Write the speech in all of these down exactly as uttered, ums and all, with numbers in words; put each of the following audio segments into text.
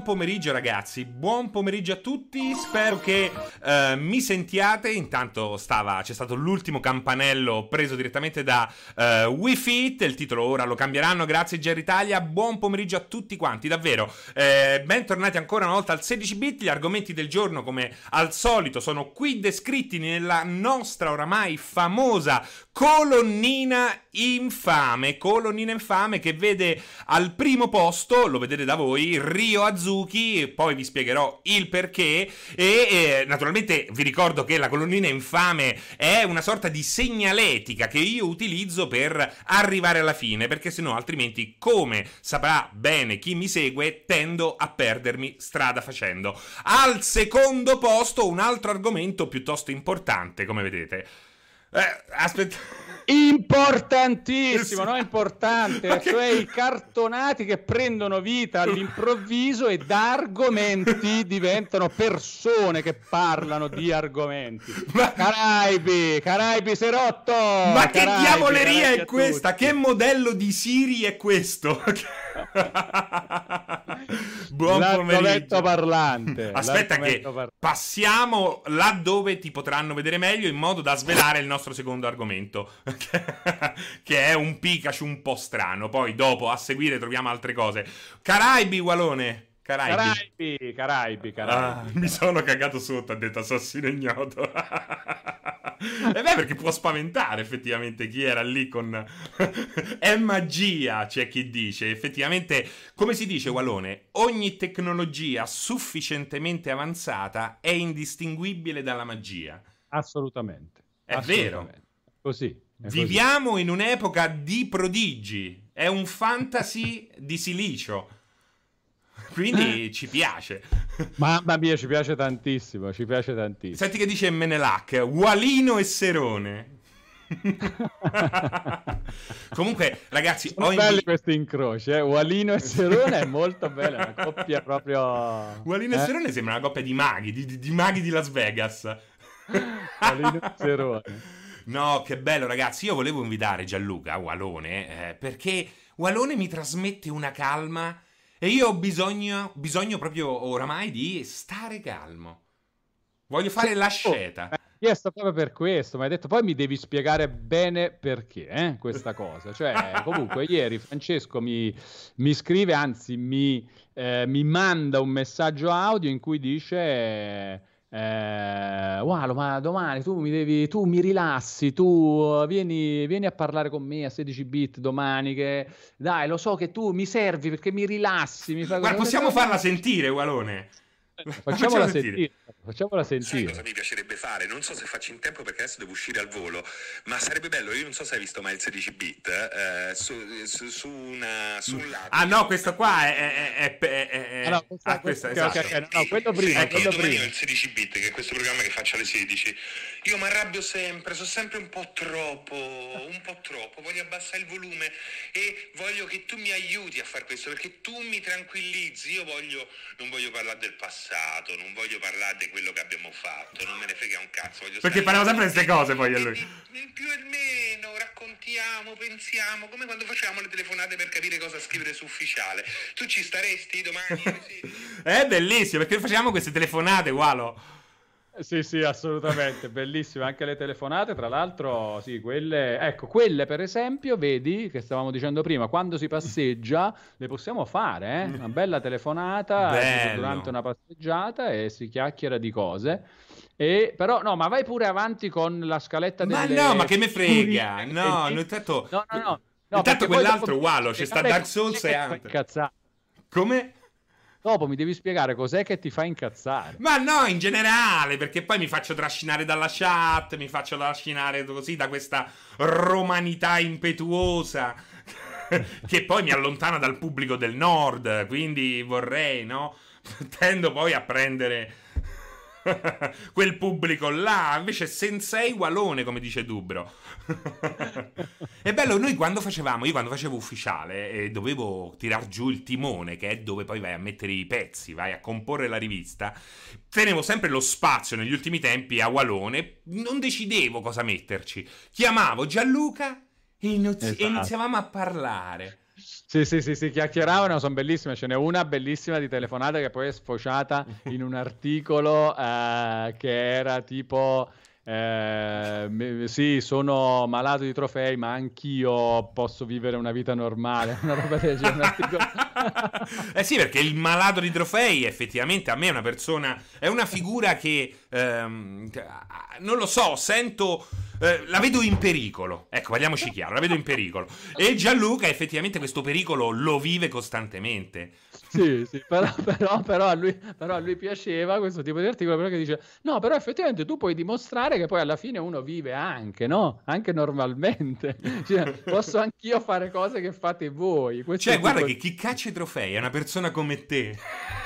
pomeriggio ragazzi, buon pomeriggio a tutti, spero che uh, mi sentiate. Intanto stava, c'è stato l'ultimo campanello preso direttamente da uh, Wii Fit, il titolo ora lo cambieranno, grazie Jerry Italia. Buon pomeriggio a tutti quanti, davvero, eh, bentornati ancora una volta al sedici bit. Gli argomenti del giorno come al solito sono qui descritti nella nostra oramai famosa colonnina infame, colonnina infame che vede al primo posto, lo vedete da voi, Ryo Hazuki, poi vi spiegherò il perché e eh, naturalmente vi ricordo che la colonnina infame è una sorta di segnaletica che io utilizzo per arrivare alla fine, perché sennò altrimenti, come saprà bene chi mi segue, tendo a perdermi strada facendo. Al secondo posto un altro argomento piuttosto importante, come vedete. Eh, aspetta. Importantissimo, no? Importante, Okay. Cioè i cartonati che prendono vita all'improvviso e da argomenti diventano persone che parlano di argomenti. Ma... Caraibi, Caraibi Serotto! Ma che Caraibi, diavoleria Caraibi è questa? Che modello di Siri è questo? Buon pomeriggio parlante. Aspetta che par- passiamo là dove ti potranno vedere meglio, in modo da svelare il nostro secondo argomento che è un Pikachu un po' strano. Poi dopo a seguire troviamo altre cose. Caraibi Walone, Caraibi Caraibi, Caraibi, Caraibi. Ah, mi sono cagato sotto, ha detto assassino ignoto. E beh, perché può spaventare effettivamente chi era lì con... È magia, c'è chi dice. Effettivamente, come si dice, Walone, ogni tecnologia sufficientemente avanzata è indistinguibile dalla magia. Assolutamente. È Assolutamente. vero. Così. Viviamo così in un'epoca di prodigi. È un fantasy di silicio. Quindi ci piace. Mamma mia, ci piace tantissimo, ci piace tantissimo. Senti che dice Menelac, Walino e Serone. Comunque, ragazzi, sono ho belli invi- questi incroci, eh? Walino e Serone è molto bella, una coppia proprio... Walino eh? e Serone sembra una coppia di maghi, di, di, di maghi di Las Vegas. Walino e Serone. No, che bello, ragazzi. Io volevo invitare Gianluca, Walone, eh, perché Walone mi trasmette una calma e io ho bisogno, bisogno proprio oramai di stare calmo. Voglio fare l'asceta. Ho chiesto proprio per questo, mi hai detto poi mi devi spiegare bene perché, eh, questa cosa. Cioè, comunque, ieri Francesco mi, mi scrive, anzi mi, eh, mi manda un messaggio audio in cui dice... Eh, Walo, ma domani tu mi devi, tu mi rilassi, tu vieni, vieni a parlare con me a sedici bit domani, che dai, lo so che tu mi servi perché mi rilassi, mi fai... Guarda, possiamo farla sentire, Walone? Facciamola sentire. Facciamola sentire. Sai cosa mi piacerebbe fare? Non so se faccio in tempo perché adesso devo uscire al volo, ma sarebbe bello, io non so se hai visto mai il sedici bit, eh, su, su, su, una, su un lato. Ah no, questo qua è... è, è, è, è... Ah, no, questa, ah, questa, questa, esatto. okay, okay, no, quello prima, Ecco, quello io domani prima. ho il sedici bit, che è questo programma che faccio alle sedici. Io mi arrabbio sempre, sono sempre un po' troppo, un po' troppo, voglio abbassare il volume e voglio che tu mi aiuti a fare questo, perché tu mi tranquillizzi. Io voglio, non voglio parlare del passato, non voglio parlare di quello che abbiamo fatto, non me ne frega un cazzo. Voglio Perché parliamo sempre di queste cose poi a lui. Il più e il meno, raccontiamo, pensiamo, come quando facevamo le telefonate per capire cosa scrivere su ufficiale. Tu ci staresti domani? Sì. È bellissimo, perché facciamo queste telefonate, Walo. Sì, sì, assolutamente, bellissime anche le telefonate, tra l'altro, sì, quelle, ecco, quelle per esempio, vedi, che stavamo dicendo prima, quando si passeggia, le possiamo fare, eh? Una bella telefonata Bello. durante una passeggiata e si chiacchiera di cose, e, però, no, ma vai pure avanti con la scaletta Ma delle... no, ma che me frega, Furie, no, vedi? no, intanto... no, no, no, no, intanto perché poi quell'altro, dopo- Walo, c'è sta Dark Souls e Cos'è che ti fa altro. incazzare? Come? Dopo mi devi spiegare cos'è che ti fa incazzare. Ma no, in generale, perché poi mi faccio trascinare dalla chat, mi faccio trascinare così da questa romanità impetuosa che poi mi allontana dal pubblico del nord, quindi vorrei, no? Tendo poi a prendere quel pubblico là, invece sensei Walone, come dice Dubro. È bello, noi quando facevamo, io quando facevo ufficiale e dovevo tirar giù il timone, che è dove poi vai a mettere i pezzi, vai a comporre la rivista, tenevo sempre lo spazio negli ultimi tempi a Walone, non decidevo cosa metterci, chiamavo Gianluca e, inizi- Esatto. e iniziavamo a parlare. Sì, sì, sì, sì, chiacchieravano, sono bellissime. Ce n'è una bellissima di telefonata che poi è sfociata in un articolo eh, che era tipo... Eh, sì, sono malato di trofei, ma anch'io posso vivere una vita normale. Una roba del genere. Eh sì, perché il malato di trofei effettivamente a me è una persona, è una figura che ehm, non lo so, sento, eh, la vedo in pericolo. Ecco, parliamoci chiaro, la vedo in pericolo. E Gianluca effettivamente questo pericolo lo vive costantemente. Sì, sì, però, però, però, a lui, però a lui piaceva questo tipo di articolo perché dice no, però effettivamente tu puoi dimostrare che poi alla fine uno vive anche, no? Anche normalmente. Cioè, posso anch'io fare cose che fate voi. Questo Cioè, guarda tipo... che chi caccia i trofei è una persona come te.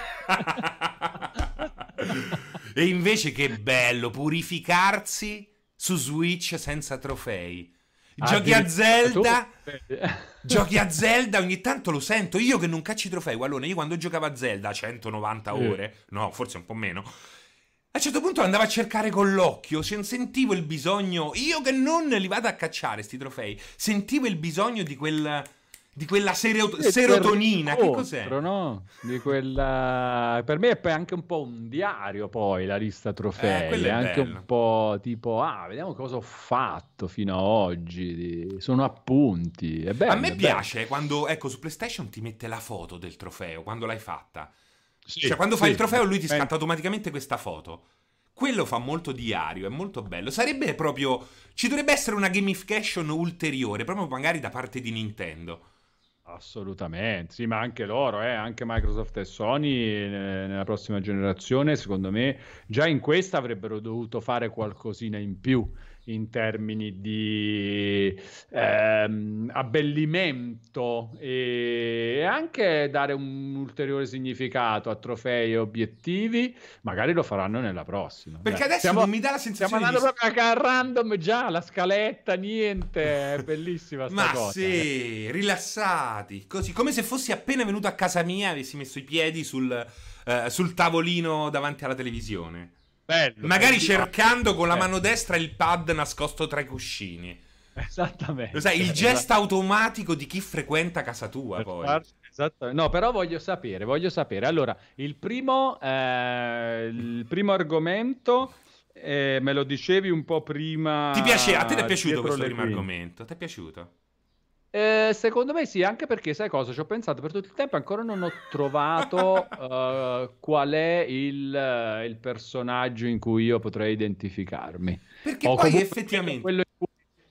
E invece che bello purificarsi su Switch senza trofei. Giochi a Zelda, giochi a Zelda, ogni tanto lo sento. Io che non caccio i trofei, Wallone, io quando giocavo a Zelda centonovanta ore, no, forse un po' meno, a un certo punto andavo a cercare con l'occhio, sentivo il bisogno, io che non li vado a cacciare sti trofei, sentivo il bisogno di quel... di quella sero- serotonina, che cos'è? No? Di quella... Per me è poi anche un po' un diario poi la lista trofei, Eh, quello è è anche bello. un po' tipo, ah, vediamo cosa ho fatto fino ad oggi, di- sono appunti, è bello. A me è piace bello. quando, ecco, su PlayStation ti mette la foto del trofeo, quando l'hai fatta. Sì, Cioè, quando fai sì. il trofeo lui ti Eh, scatta automaticamente questa foto. Quello fa molto diario, è molto bello. Sarebbe proprio... ci dovrebbe essere una gamification ulteriore, proprio magari da parte di Nintendo. Assolutamente, sì, ma anche loro, eh, anche Microsoft e Sony eh, nella prossima generazione, secondo me, già in questa avrebbero dovuto fare qualcosina in più in termini di ehm, abbellimento e anche dare un ulteriore significato a trofei e obiettivi. Magari lo faranno nella prossima. Perché Dai, adesso stiamo, non mi dà la stiamo sensazione andando di... proprio a random già, la scaletta, niente, è bellissima sta Ma cosa. sì, rilassati, così, come se fossi appena venuto a casa mia e avessi messo i piedi sul, eh, sul tavolino davanti alla televisione. Bello, Magari bellissimo. cercando con la Eh, mano destra il pad nascosto tra i cuscini. Esattamente. Lo sai, il Esatto. gesto automatico di chi frequenta casa tua, Per poi. farsi- esatto. No, però voglio sapere, voglio sapere. Allora, il primo, eh, il primo argomento, eh, me lo dicevi un po' prima. Ti piace? A te ti è piaciuto dietro questo le primo quinte. argomento? Ti è piaciuto? Eh, secondo me sì, anche perché sai cosa? Ci ho pensato per tutto il tempo e ancora non ho trovato eh, qual è il, eh, il personaggio in cui io potrei identificarmi. Perché O poi comunque effettivamente... quello in cui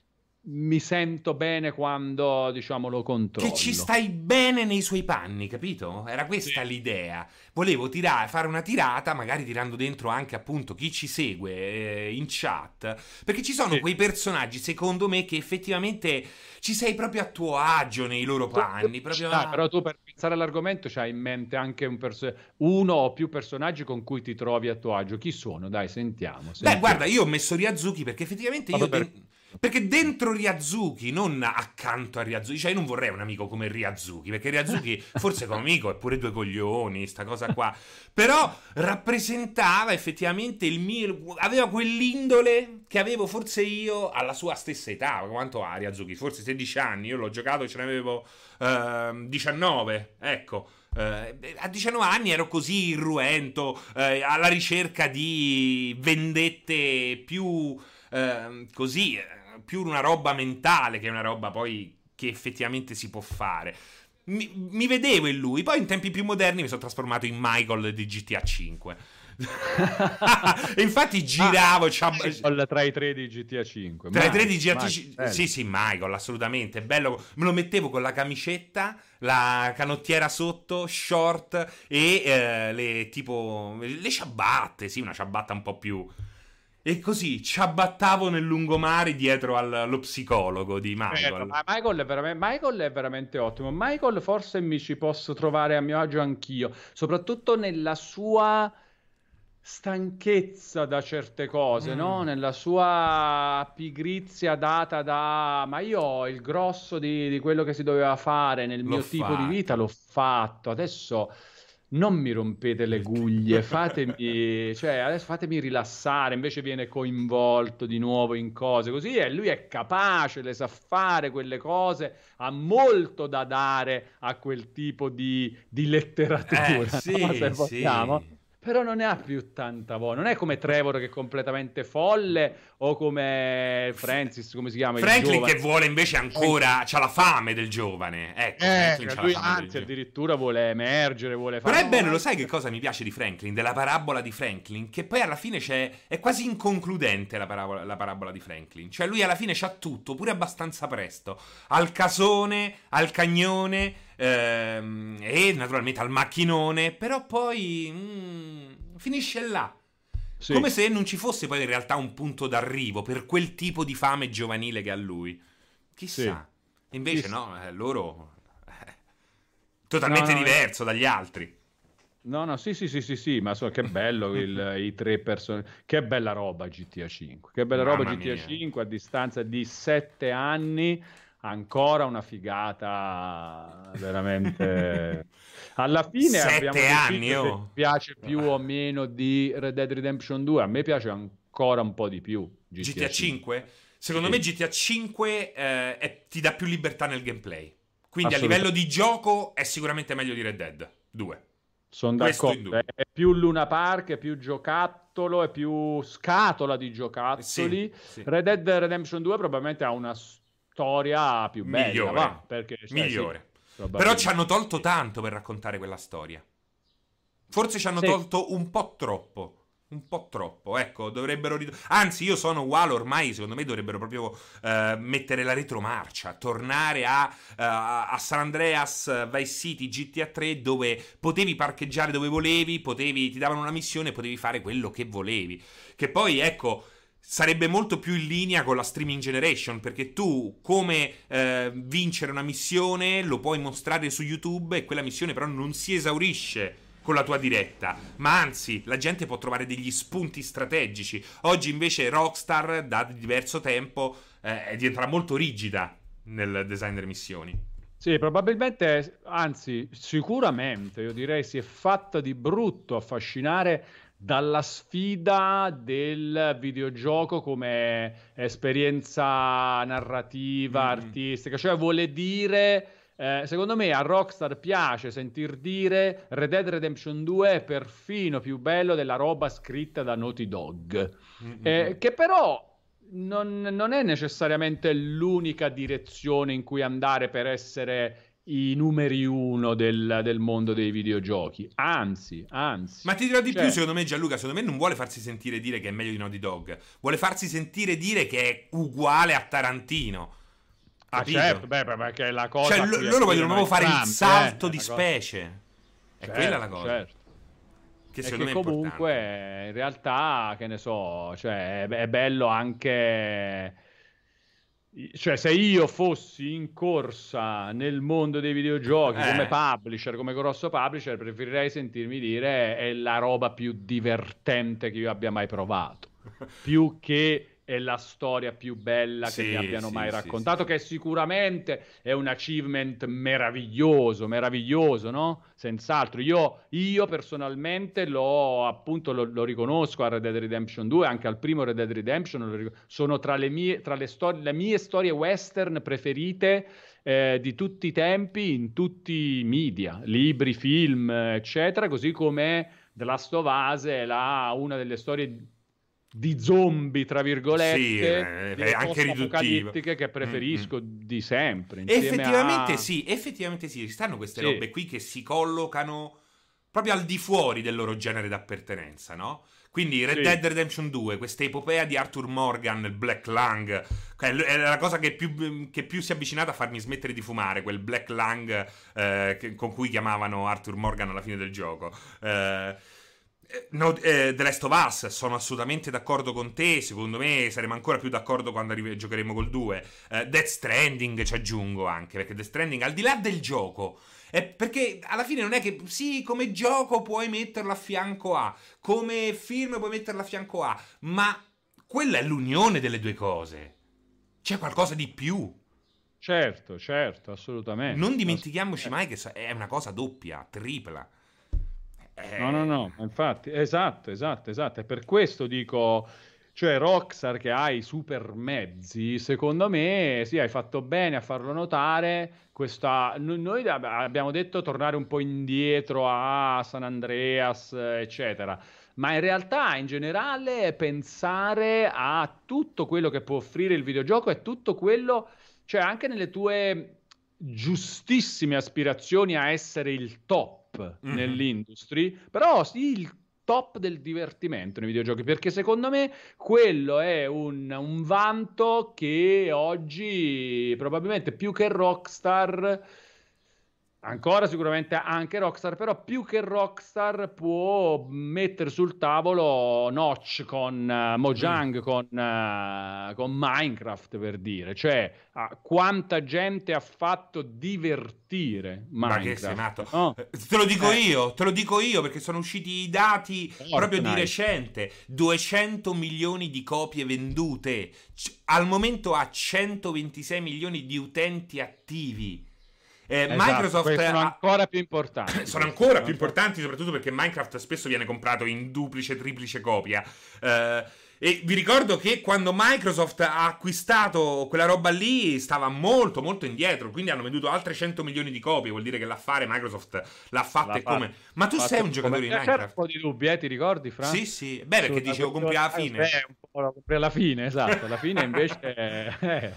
mi sento bene quando, diciamo, lo Che ci controllo. stai bene nei suoi panni, capito? Era questa l'idea. Volevo tirare, fare una tirata, magari tirando dentro anche appunto chi ci segue eh, in chat. Perché ci sono Sì. quei personaggi, secondo me, che effettivamente ci sei proprio a tuo agio nei loro panni. Proprio Dai, a- però tu per pensare all'argomento c'hai in mente anche un perso- uno o più personaggi con cui ti trovi a tuo agio. Chi sono? Dai, sentiamo. Beh, sentiamo. guarda, io ho messo Ryazuki perché effettivamente io... Vado per- de- Perché dentro Ryazuki, non accanto a Ryazuki, cioè io non vorrei un amico come Ryazuki, perché Ryazuki forse come amico è pure due coglioni, sta cosa qua, però rappresentava effettivamente il mio, aveva quell'indole che avevo forse io alla sua stessa età. Quanto ha Ryazuki? Forse sedici anni, io l'ho giocato, ce ne avevo ehm, diciannove, ecco. Eh, a diciannove anni ero così irruento, eh, alla ricerca di vendette più eh, così, eh, più una roba mentale che una roba poi che effettivamente si può fare. Mi, mi vedevo in lui, poi in tempi più moderni mi sono trasformato in Michael di G T A cinque. E infatti giravo, c'ha- Michael tra i tre di G T A cinque. tra i tre Michael, di G T A Michael, cinque, bello. sì, sì, Michael, assolutamente, bello. Me lo mettevo con la camicetta, la canottiera sotto, short e eh, le tipo le ciabatte, sì, una ciabatta un po' più. E così ciabattavo nel lungomare dietro al- allo psicologo di Bello, Michael. ma Michael è, veramente, Michael è veramente ottimo. Michael forse mi ci posso trovare a mio agio anch'io, soprattutto nella sua stanchezza da certe cose, no? Mm. Nella sua pigrizia data da ma io ho il grosso di, di quello che si doveva fare nel L'ho mio tipo di vita, fatto. l'ho fatto. Adesso non mi rompete le guglie, fatemi, cioè, adesso fatemi rilassare, invece viene coinvolto di nuovo in cose così, e lui è capace, le sa fare quelle cose, ha molto da dare a quel tipo di, di letteratura, Eh, no? sì, Se vogliamo. sì. Però non ne ha più tanta voglia, non è come Trevor che è completamente folle, o come Francis, come si chiama, il Franklin giovane. che vuole invece ancora, c'ha la fame del giovane, ecco, Eh, Franklin c'ha lui la fame del anzi giovane. addirittura vuole emergere, vuole fare... Però è bello, no, lo sai che cosa mi piace di Franklin, della parabola di Franklin? Che poi alla fine c'è, è quasi inconcludente la parabola, la parabola di Franklin. Cioè lui alla fine c'ha tutto, pure abbastanza presto. Al casone, al cagnone ehm, e naturalmente al macchinone, però poi mm, finisce là. Sì. Come se non ci fosse poi in realtà un punto d'arrivo per quel tipo di fame giovanile che ha lui. Chissà. Sì. Invece Chissà. no, eh, loro... totalmente No, no, diverso dagli altri. No, no, sì, sì, sì, sì, sì, ma so, che bello il, i tre personaggi, che bella roba G T A cinque, che bella roba Mamma G T A mia. cinque a distanza di sette anni, ancora una figata veramente... Alla fine abbiamo Sette deciso anni, se oh. piace più o meno di Red Dead Redemption due, a me piace ancora un po' di più G T A, G T A cinque? Secondo Sì. me G T A cinque eh, è- ti dà più libertà nel gameplay. Quindi a Assolutamente. livello di gioco è sicuramente meglio di Red Dead due. Sono Questo in d'accordo, dubbio. è più Luna Park, è più giocattolo, è più scatola di giocattoli. Sì, sì. Red Dead Redemption due probabilmente ha una storia più bella, Migliore. va, perché, cioè, Migliore. sì, Però probabilmente. ci hanno tolto tanto per raccontare quella storia. Forse ci hanno Sì. tolto un po' troppo. Un po' troppo, ecco, dovrebbero... rid- Anzi, io sono uguale ormai, secondo me dovrebbero proprio eh, mettere la retromarcia, tornare a, eh, a San Andreas, Vice City, G T A tre, dove potevi parcheggiare dove volevi, potevi, ti davano una missione, potevi fare quello che volevi. Che poi, ecco, sarebbe molto più in linea con la streaming generation, perché tu, come eh, vincere una missione, lo puoi mostrare su YouTube e quella missione però non si esaurisce con la tua diretta, ma anzi la gente può trovare degli spunti strategici. Oggi invece Rockstar da diverso tempo eh, diventerà molto rigida nel design delle missioni. Sì, probabilmente, anzi, sicuramente, io direi si è fatta di brutto affascinare dalla sfida del videogioco come esperienza narrativa, Mm-mm. artistica, cioè vuole dire, eh, secondo me a Rockstar piace sentir dire Red Dead Redemption due è perfino più bello della roba scritta da Naughty Dog, Mm-mm. eh, che però non, non è necessariamente l'unica direzione in cui andare per essere i numeri uno del, del mondo dei videogiochi. Anzi, anzi. Ma ti dirò di Cioè, più, secondo me Gianluca, secondo me non vuole farsi sentire dire che è meglio di Naughty Dog, vuole farsi sentire dire che è uguale a Tarantino. ah, Capito? certo, beh, beh, perché è la cosa Cioè a lo- cui loro vogliono aspirano proprio fare il entrambi, salto eh, di è la cosa- specie. È Certo, quella la cosa. certo. Che E secondo che me è comunque importante. in realtà, che ne so, cioè, è, è bello anche... Cioè, se io fossi in corsa nel mondo dei videogiochi come Eh. publisher, come grosso publisher, preferirei sentirmi dire è la roba più divertente che io abbia mai provato, più che è la storia più bella che Sì, mi abbiano sì, mai sì, raccontato, sì. che sicuramente è un achievement meraviglioso, meraviglioso, no? Senz'altro. Io, io personalmente lo, appunto, lo, lo riconosco a Red Dead Redemption due, anche al primo Red Dead Redemption, lo ric- sono tra le mie, tra le storie, le mie storie western preferite eh, di tutti i tempi, in tutti i media, libri, film, eccetera, così come The Last of Us è la, una delle storie di zombie, tra Sì, virgolette, eh, delle è anche riduttivo. post-apocalittiche che Mm, preferisco mm. di sempre, insieme Effettivamente a... sì, effettivamente sì, ci stanno queste Sì, robe qui che si collocano proprio al di fuori del loro genere d'appartenenza, no? Quindi Red sì, Dead Redemption due, questa epopea di Arthur Morgan, il Black Lung, che è l- è la cosa che più, che più si è avvicinata a farmi smettere di fumare, quel Black Lung eh, che- con cui chiamavano Arthur Morgan alla fine del gioco. Eh, eh, no, eh, The Last of Us, sono assolutamente d'accordo con te. Secondo me saremo ancora più d'accordo quando arri- giocheremo col due. Eh, Death Stranding ci aggiungo anche, perché Death Stranding, al di là del gioco, è perché alla fine non è che sì, come gioco puoi metterlo a fianco a, come film puoi metterlo a fianco a, ma quella è l'unione delle due cose. C'è qualcosa di più. certo, certo, assolutamente. Non Ass- dimentichiamoci eh, mai che sa- è una cosa doppia, tripla. Eh... No, no, no, infatti, esatto, esatto, esatto. E per questo dico, cioè Rockstar che ha i super mezzi, secondo me, sì, hai fatto bene a farlo notare. Questa... no- Noi ab- abbiamo detto tornare un po' indietro a San Andreas, eh, eccetera. Ma in realtà, in generale, pensare a tutto quello che può offrire il videogioco e tutto quello, cioè anche nelle tue giustissime aspirazioni a essere il top Mhm. nell'industry, però sì, il top del divertimento nei videogiochi, perché secondo me quello è un, un vanto che oggi probabilmente più che Rockstar, ancora sicuramente anche Rockstar, però più che Rockstar può mettere sul tavolo Notch con eh, Mm. Mojang, con, eh, con Minecraft per dire, cioè ah, quanta gente ha fatto divertire Ma che sei Minecraft, matto? no? Eh, Te lo dico Eh, io, te lo dico io perché sono usciti i dati proprio di Fortnite. recente. duecento milioni di copie vendute. C- al momento ha centoventisei milioni di utenti attivi. Eh, Esatto, Microsoft questi sono ha- ancora più importanti sono questi, ancora sono più ancora- importanti, soprattutto perché Minecraft spesso viene comprato in duplice, triplice copia. Eh, e vi ricordo che quando Microsoft ha acquistato quella roba lì stava molto, molto indietro. Quindi hanno venduto altre cento milioni di copie. Vuol dire che l'affare Microsoft l'ha fatto l'ha e come. fatto, Ma tu sei fatto un come... giocatore di Eh, c'era un Minecraft? po' di dubbi, eh, ti ricordi, Fra? Sì, sì. Beh, perché Sulla dicevo compri alla questione, eh, fine. beh, un po' la compri alla fine, esatto, alla fine invece... eh,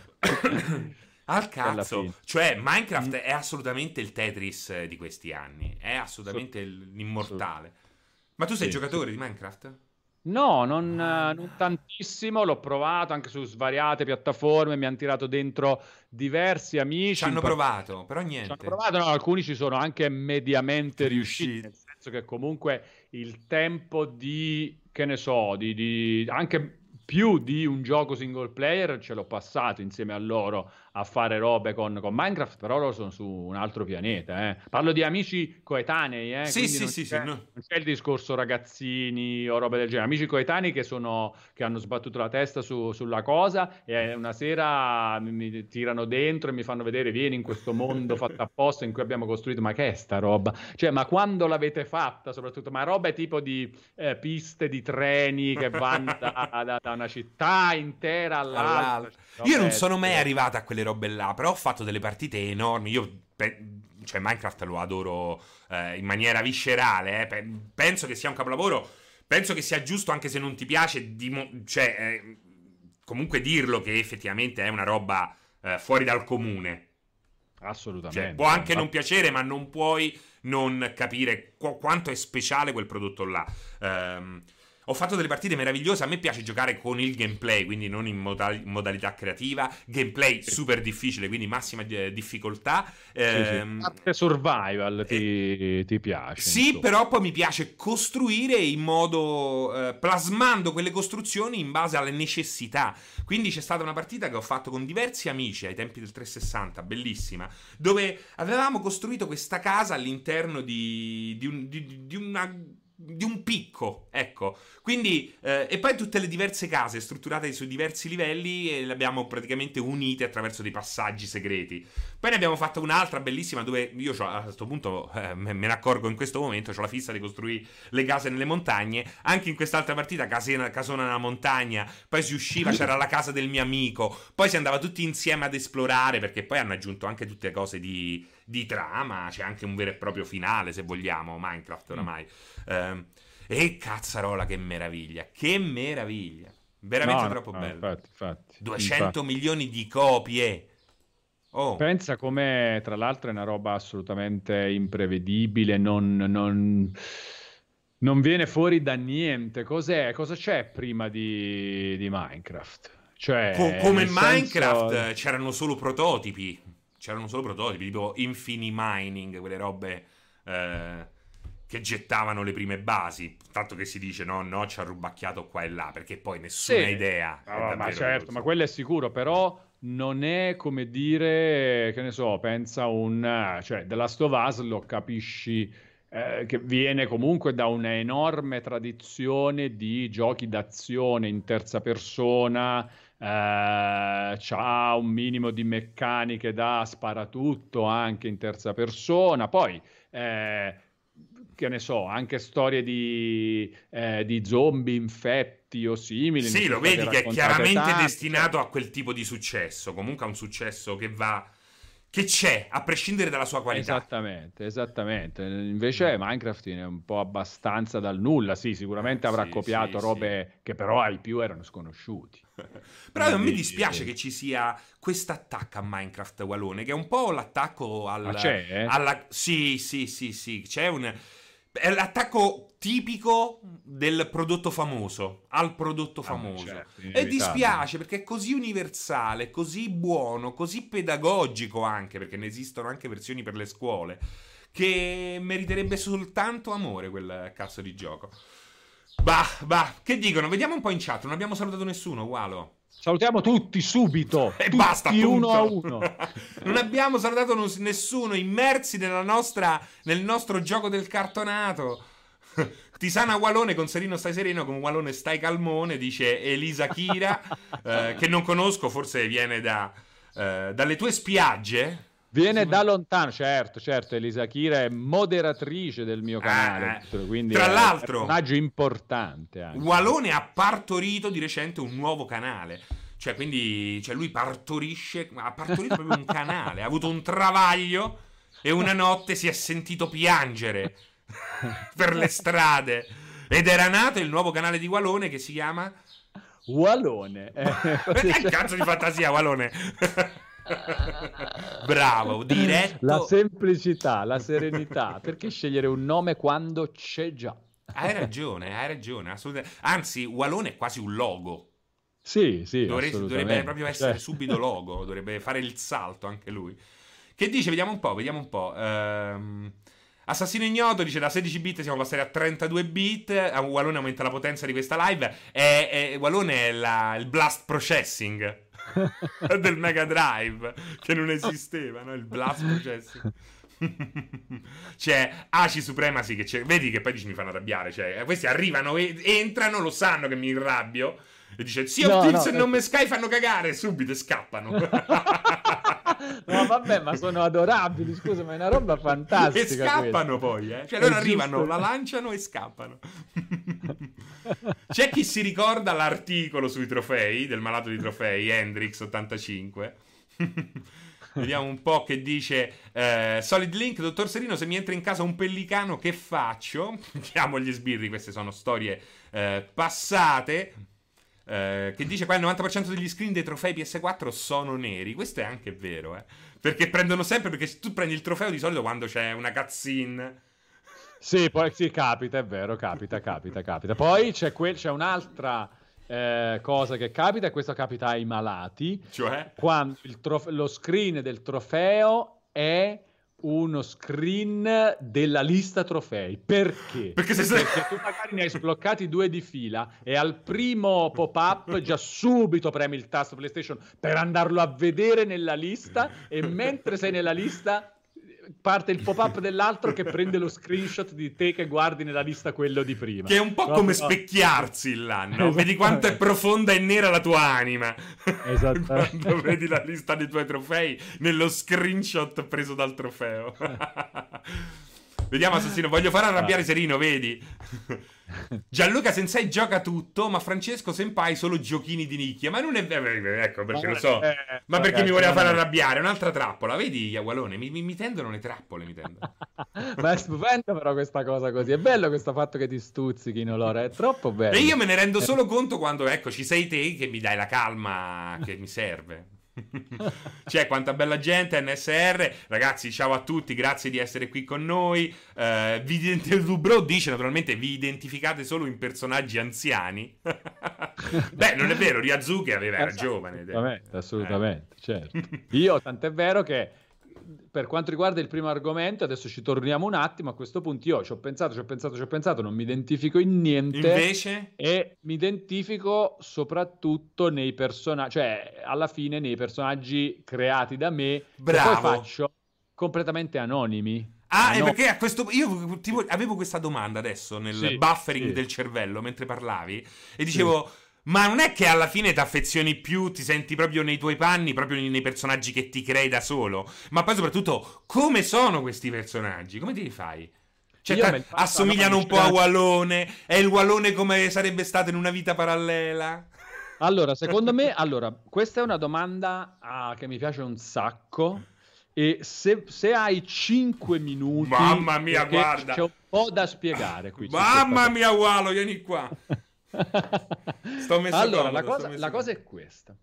Al alla cazzo, fine. cioè Mm, Minecraft è assolutamente il Tetris eh, di questi anni, è assolut- assolutamente l- assolut- l'immortale. Ma tu sei sì, sì. giocatore di Minecraft? No, non, eh, non Mannaggia. tantissimo, l'ho provato anche su svariate piattaforme, mi hanno tirato dentro diversi Ci amici, in hanno particolare provato, però ci hanno niente. provato, no, alcuni ci sono anche mediamente riusciti, Riuscito. nel senso che comunque il tempo di, che ne so, di, di- anche più di un gioco single player ce l'ho passato insieme a loro a fare robe con, con Minecraft, però loro sono su un altro pianeta, eh. Parlo di amici coetanei, eh, Sì, quindi sì, non sì, sì, c'è no. non c'è il discorso ragazzini o roba del genere, amici coetanei che, sono, che hanno sbattuto la testa su- sulla cosa e una sera mi, mi tirano dentro e mi fanno vedere, vieni in questo mondo fatto apposta in cui abbiamo costruito, ma che è sta roba? Cioè, ma quando l'avete fatta soprattutto? Ma roba è tipo di eh, piste di treni che vanno da, da- da una città intera all'altra, All'altro. cioè, Io non robe sono mai tipo... arrivato a quelle robe là, però ho fatto delle partite enormi. Io, pe- cioè, Minecraft lo adoro eh, in maniera viscerale. eh. Pe- penso che sia un capolavoro. Penso che sia giusto, anche se non ti piace, dimo- cioè, eh, comunque dirlo che effettivamente è una roba eh, fuori dal comune. Cioè, può Assolutamente, anche non infatti. piacere, ma non puoi non capire qu- quanto è speciale quel prodotto là. Ehm, ho fatto delle partite meravigliose. A me piace giocare con il gameplay, quindi non in moda- modalità creativa. Gameplay Sì, super difficile, quindi massima eh, difficoltà. sì, sì. Ehm, Parte survival e- ti, ti piace, sì, insomma. però poi mi piace costruire in modo eh, plasmando quelle costruzioni in base alle necessità. Quindi c'è stata una partita che ho fatto con diversi amici ai tempi del trecentosessanta, bellissima, dove avevamo costruito questa casa all'interno di, di, un, di, di una di un picco, ecco. Quindi, eh, e poi tutte le diverse case strutturate su diversi livelli e le abbiamo praticamente unite attraverso dei passaggi segreti. Poi ne abbiamo fatta un'altra bellissima dove io c'ho, a questo punto eh, me ne accorgo in questo momento, ho la fissa di costruire le case nelle montagne. Anche in quest'altra partita, casena, casona nella montagna, poi si usciva, c'era la casa del mio amico, poi si andava tutti insieme ad esplorare, perché poi hanno aggiunto anche tutte cose di, di trama, c'è anche un vero e proprio finale, se vogliamo, Minecraft Mm. oramai. Ehm, e cazzarola, che meraviglia, che meraviglia, veramente No, no, troppo no, bello. infatti, infatti, duecento infatti. milioni di copie. Oh, Pensa come, tra l'altro, è una roba assolutamente imprevedibile, non, non- non viene fuori da niente. Cos'è? Cosa c'è prima di, di Minecraft? Co- Cioè, come nel in Minecraft senso... eh, c'erano solo prototipi. C'erano solo prototipi, tipo Infini Mining, quelle robe eh, che gettavano le prime basi. Tanto che si dice no, no, ci ha rubacchiato qua e là, perché poi nessuna Sì, idea è ma, ma davvero certo, ma così. quello è sicuro, però non è come dire, che ne so, pensa un, eh, cioè, The Last of Us lo capisci, eh, che viene comunque da una enorme tradizione di giochi d'azione in terza persona, eh, c'ha un minimo di meccaniche da sparatutto anche in terza persona, poi... eh, che ne so, anche storie di, eh, di zombie infetti o simili. Sì, lo vedi che è chiaramente tanto, destinato cioè... a quel tipo di successo, comunque a un successo che va... che c'è, a prescindere dalla sua qualità. Esattamente, esattamente. Invece Minecraft viene un po' abbastanza dal nulla, sì, sicuramente avrà sì, copiato sì, robe sì. che però ai più erano sconosciuti. Però non mi dispiace che ci sia questo attacco a Minecraft, Walone, che è un po' l'attacco al... Ma c'è, eh? alla... Sì, sì, sì, sì, c'è un... È l'attacco tipico del prodotto famoso, al prodotto famoso. Ah, certo, e dispiace perché è così universale, così buono, così pedagogico anche, perché ne esistono anche versioni per le scuole, che meriterebbe soltanto amore quel cazzo di gioco. Bah, bah, che dicono? Vediamo un po' in chat, non abbiamo salutato nessuno, Walo. Salutiamo tutti subito. E tutti basta, uno a uno. Non abbiamo salutato nessuno, immersi nella nostra, nel nostro gioco del cartonato. Tisana Walone con Serino stai sereno, con Walone stai calmone, dice Elisa Kira, eh, che non conosco, forse viene da, eh, dalle tue spiagge. Viene sì, da lontano, certo, certo, Elisa Kira è moderatrice del mio canale, eh, quindi tra è l'altro, un personaggio importante anche. Walone ha partorito di recente un nuovo canale, cioè quindi cioè lui partorisce, ha partorito proprio un canale, ha avuto un travaglio e una notte si è sentito piangere per le strade ed era nato il nuovo canale di Walone che si chiama Walone. Eh, che cazzo di fantasia, Walone. Bravo, diretto. La semplicità, la serenità. Perché scegliere un nome quando c'è già? Hai ragione, hai ragione, assolutamente. Anzi, Walone è quasi un logo. Sì, sì, Dovrebbe, dovrebbe proprio essere cioè. subito logo, dovrebbe fare il salto anche lui. Che dice? Vediamo un po', vediamo un po'. Um, Assassino Ignoto dice da sedici bit siamo passati a trentadue bit. Walone aumenta la potenza di questa live. E, e Walone è la, il blast processing del Mega Drive che non esisteva, no? Il blast processing. C'è Aci Supremacy che c'è, vedi che poi dici mi fanno arrabbiare, cioè questi arrivano e entrano, lo sanno che mi arrabbio e dice sì, no, no, se non me Sky fanno cagare subito e scappano. No vabbè, ma sono adorabili, scusa, ma è una roba fantastica e scappano questa. Poi eh? Cioè loro arrivano, la lanciano e scappano. C'è chi si ricorda l'articolo sui trofei del malato di trofei Hendrix ottantacinque. Vediamo un po' che dice eh, Solid Link, dottor Serino, se mi entra in casa un pellicano che faccio? Chiamo gli sbirri, queste sono storie eh, passate. Eh, che dice qua il novanta per cento degli screen dei trofei P S quattro sono neri. Questo è anche vero, eh? Perché prendono sempre, perché tu prendi il trofeo di solito quando c'è una cutscene. Sì, poi sì, capita, è vero, capita, capita, capita. Poi c'è, que- c'è un'altra eh, cosa che capita, e questo capita ai malati, cioè quando il trof- lo screen del trofeo è uno screen della lista trofei. Perché? Perché, se Perché sei... tu magari ne hai sbloccati due di fila e al primo pop-up già subito premi il tasto PlayStation per andarlo a vedere nella lista, e mentre sei nella lista parte il pop-up dell'altro che prende lo screenshot di te che guardi nella lista quello di prima. Che è un po' no, come no. specchiarsi là, no? Vedi quanto è profonda e nera la tua anima. Esattamente. Quando vedi la lista dei tuoi trofei nello screenshot preso dal trofeo. Vediamo, Assassino, voglio fare arrabbiare ah. Serino, vedi? Gianluca Sensei gioca tutto, ma Francesco Senpai solo giochini di nicchia. Ma non è vero, ecco perché lo so. Eh, ma perché mi voleva fare arrabbiare? Un'altra trappola, vedi, Iawalone? Mi, mi, mi tendono le trappole, mi tendono. Ma è stupendo però questa cosa così. È bello questo fatto che ti stuzzichino, Lora, è troppo bello. E io me ne rendo solo conto quando, ecco, ci sei te che mi dai la calma che mi serve. C'è quanta bella gente. N S R, ragazzi, ciao a tutti, grazie di essere qui con noi. Uh, vi ident- Bro dice naturalmente vi identificate solo in personaggi anziani. Beh, non è vero, Ryazuki aveva, era giovane. Assolutamente, assolutamente, eh. certo. Io, tant'è vero che per quanto riguarda il primo argomento, adesso ci torniamo un attimo. A questo punto io ci ho pensato, ci ho pensato, ci ho pensato, non mi identifico in niente. Invece? E mi identifico soprattutto nei personaggi, cioè alla fine nei personaggi creati da me. Bravo. Che poi faccio completamente anonimi. Ah, ah è no. perché a questo tipo, tipo avevo questa domanda adesso nel sì, buffering sì. del cervello mentre parlavi e dicevo sì. Ma non è che alla fine ti affezioni più, ti senti proprio nei tuoi panni, proprio nei personaggi che ti crei da solo, ma poi soprattutto come sono questi personaggi, come ti li fai? Cioè, Io ta- me li faccio, assomigliano no, un po' a Walone. È il Walone come sarebbe stato in una vita parallela? Allora, secondo me, allora, questa è una domanda ah, che mi piace un sacco. E se, se hai cinque minuti, Mamma mia, perché guarda. c'è un po' da spiegare qui. su Mamma questa mia, Walo, vieni qua. cosa. Sto messo Allora, comodo, la sto cosa, messo la cosa comodo. è questa.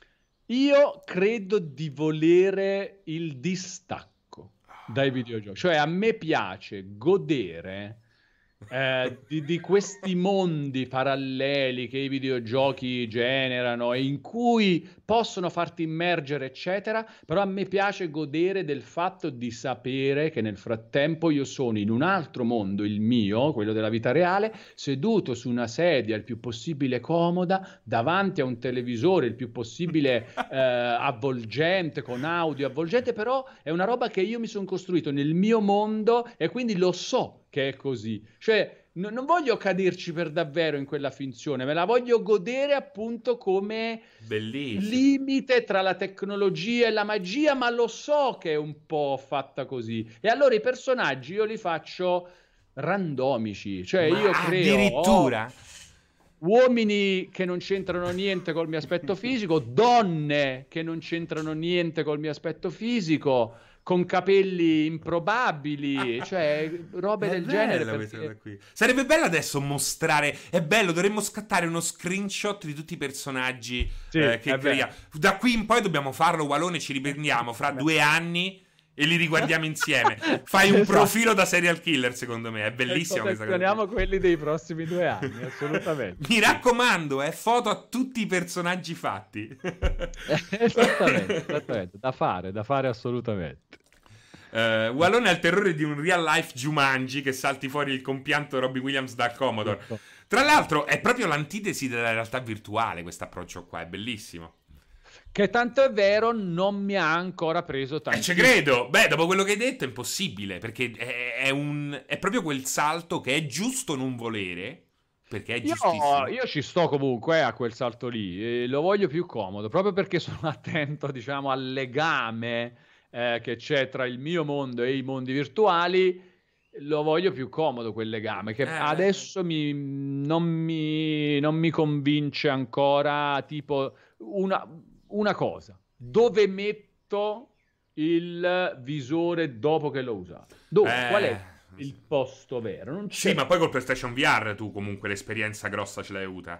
Io credo di volere il distacco dai videogiochi. Cioè, a me piace godere eh, di, di questi mondi paralleli che i videogiochi generano e in cui possono farti immergere, eccetera, però a me piace godere del fatto di sapere che nel frattempo io sono in un altro mondo, il mio, quello della vita reale, seduto su una sedia il più possibile comoda, davanti a un televisore il più possibile eh, avvolgente, con audio avvolgente, però è una roba che io mi sono costruito nel mio mondo e quindi lo so che è così. Cioè, no- non voglio caderci per davvero in quella finzione, me la voglio godere appunto come Bellissimo. limite tra la tecnologia e la magia, ma lo so che è un po' fatta così. E allora i personaggi io li faccio randomici, cioè Ma io creo addirittura? oh, uomini che non c'entrano niente col mio aspetto fisico, donne che non c'entrano niente col mio aspetto fisico, con capelli improbabili, cioè robe È del bella genere. questa Perché... cosa qui. Sarebbe bello adesso mostrare. È bello, dovremmo scattare uno screenshot di tutti i personaggi Sì, eh, che è vero. creiamo. Da qui in poi dobbiamo farlo, Walone. Ci riprendiamo fra due anni e li riguardiamo insieme. Fai un Esatto. profilo da serial killer, secondo me. È bellissima questa cosa. Selezioniamo quelli dei prossimi due anni, assolutamente. Mi raccomando, eh, foto a tutti i personaggi fatti. esattamente, esattamente, da fare, da fare assolutamente. Uh, Wallone ha il terrore di un real life Jumanji che salti fuori il compianto Robbie Williams dal Commodore. Tra l'altro è proprio l'antitesi della realtà virtuale questo approccio qua, è bellissimo. Che tanto è vero non mi ha ancora preso tanto. Eh, ci credo. Beh, dopo quello che hai detto è impossibile, perché è, è, un, è proprio quel salto che è giusto non volere, perché è giustissimo. Io, io ci sto comunque eh, a quel salto lì, e lo voglio più comodo, proprio perché sono attento, diciamo, al legame eh, che c'è tra il mio mondo e i mondi virtuali. Lo voglio più comodo quel legame, che Eh, adesso mi, non, mi, non mi convince ancora, tipo una, una cosa, dove metto il visore dopo che l'ho usato? Dove? Eh, Qual è il posto vero? Non c'è. Sì, ma poi col PlayStation V R tu comunque l'esperienza grossa ce l'hai avuta.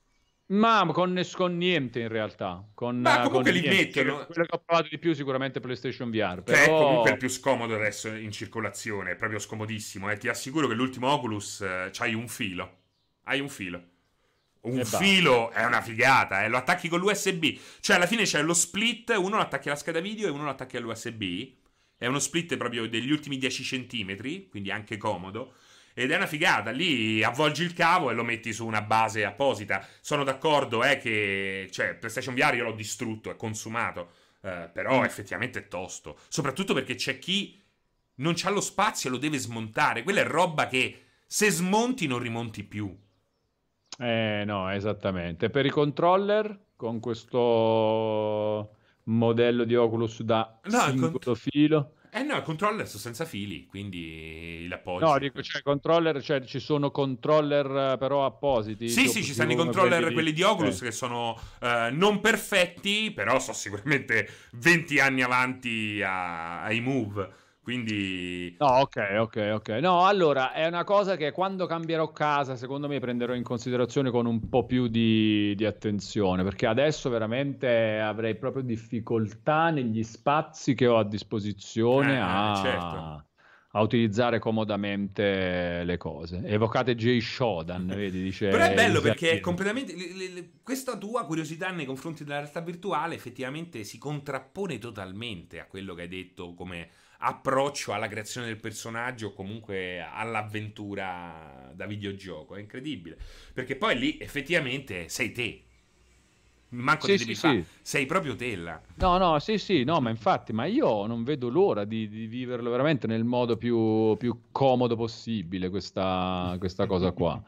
Ma con, con niente in realtà. Con, Ma comunque con li niente. mettono. Quello che ho provato di più sicuramente PlayStation V R. Che è Però... comunque il più scomodo adesso in circolazione, è proprio scomodissimo. Eh. Ti assicuro che l'ultimo Oculus eh, c'hai un filo. Hai un filo. Un E filo è una figata, eh. Lo attacchi con l'U S B. Cioè alla fine c'è lo split, uno lo attacchi alla scheda video e uno lo attacchi all'U S B. È uno split proprio degli ultimi dieci centimetri, quindi anche comodo. Ed è una figata, lì avvolgi il cavo e lo metti su una base apposita. Sono d'accordo, eh, che... Cioè, PlayStation V R io l'ho distrutto, è consumato. Eh, però Mm. effettivamente è tosto. Soprattutto perché c'è chi non c'ha lo spazio e lo deve smontare. Quella è roba che se smonti non rimonti più. Eh no, esattamente. Per i controller, con questo modello di Oculus da No, il singolo cont- filo. Eh no, il controller sono senza fili, quindi l'appoggi. No, dico, cioè, controller, cioè, ci sono controller eh, però appositi. Sì, tipo- sì, ci tipo stanno i come controller, quelli di Oculus, eh. che sono eh, non perfetti, però sono sicuramente venti anni avanti a- ai Move. Quindi... No, ok, ok, ok. No, allora, è una cosa che quando cambierò casa, secondo me prenderò in considerazione con un po' più di, di attenzione, perché adesso veramente avrei proprio difficoltà negli spazi che ho a disposizione Eh, a, certo. a utilizzare comodamente le cose. Evocate Jay Shodan, vedi, dice... Però è bello Isaiah. perché è completamente... le- le- le- questa tua curiosità nei confronti della realtà virtuale effettivamente si contrappone totalmente a quello che hai detto come approccio alla creazione del personaggio o comunque all'avventura da videogioco. È incredibile. Perché poi lì effettivamente sei te. Manco Sì, ti sì, devi sì. fare. Sei proprio te là. No, no, sì, sì, no, ma infatti, ma io non vedo l'ora di, di viverlo veramente nel modo più, più comodo possibile, questa, questa cosa qua,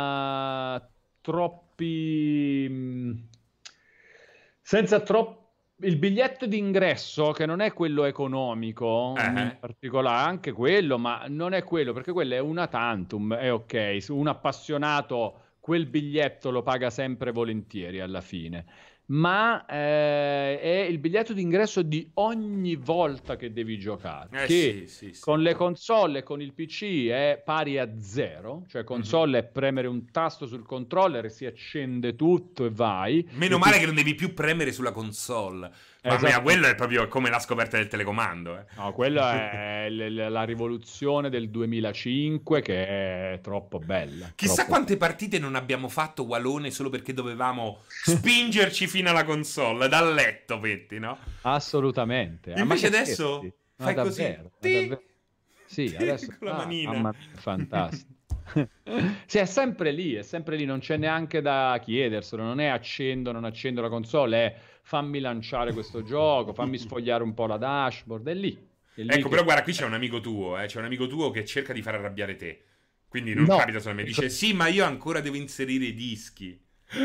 senza troppi, mh, senza troppo, il biglietto d'ingresso, che non è quello economico, Eh. in particolare, anche quello, ma non è quello, perché quello è una tantum, è ok. Se un appassionato quel biglietto lo paga sempre volentieri alla fine. Ma eh, è il biglietto d'ingresso di ogni volta che devi giocare, Eh, che sì, sì, sì. con le console e con il P C è pari a zero, cioè console Mhm. è premere un tasto sul controller e si accende tutto e vai. Meno E male P C che non devi più premere sulla console. Mamma mia, Esatto. quello è proprio come la scoperta del telecomando. Eh. No, quella è l- l- la rivoluzione del duemilacinque che è troppo bella. Chissà troppo quante partite non abbiamo fatto, Walone, solo perché dovevamo spingerci fino alla console, dal letto, metti, no? Assolutamente. Ah, ma Invece che adesso scherzi? Ma fai così. davvero, ma Ti- davvero. Sì, ti- adesso con la ah, manina. mamma mia, fantastico. Sì, è sempre lì, è sempre lì, non c'è neanche da chiederselo, non è accendo, non accendo la console, è fammi lanciare questo gioco, fammi sfogliare un po' la dashboard, è lì. È lì Ecco, che- però guarda, qui c'è un amico tuo, eh, c'è un amico tuo che cerca di far arrabbiare te. Quindi non No. capita solo a me. Dice, sì, ma io ancora devo inserire i dischi.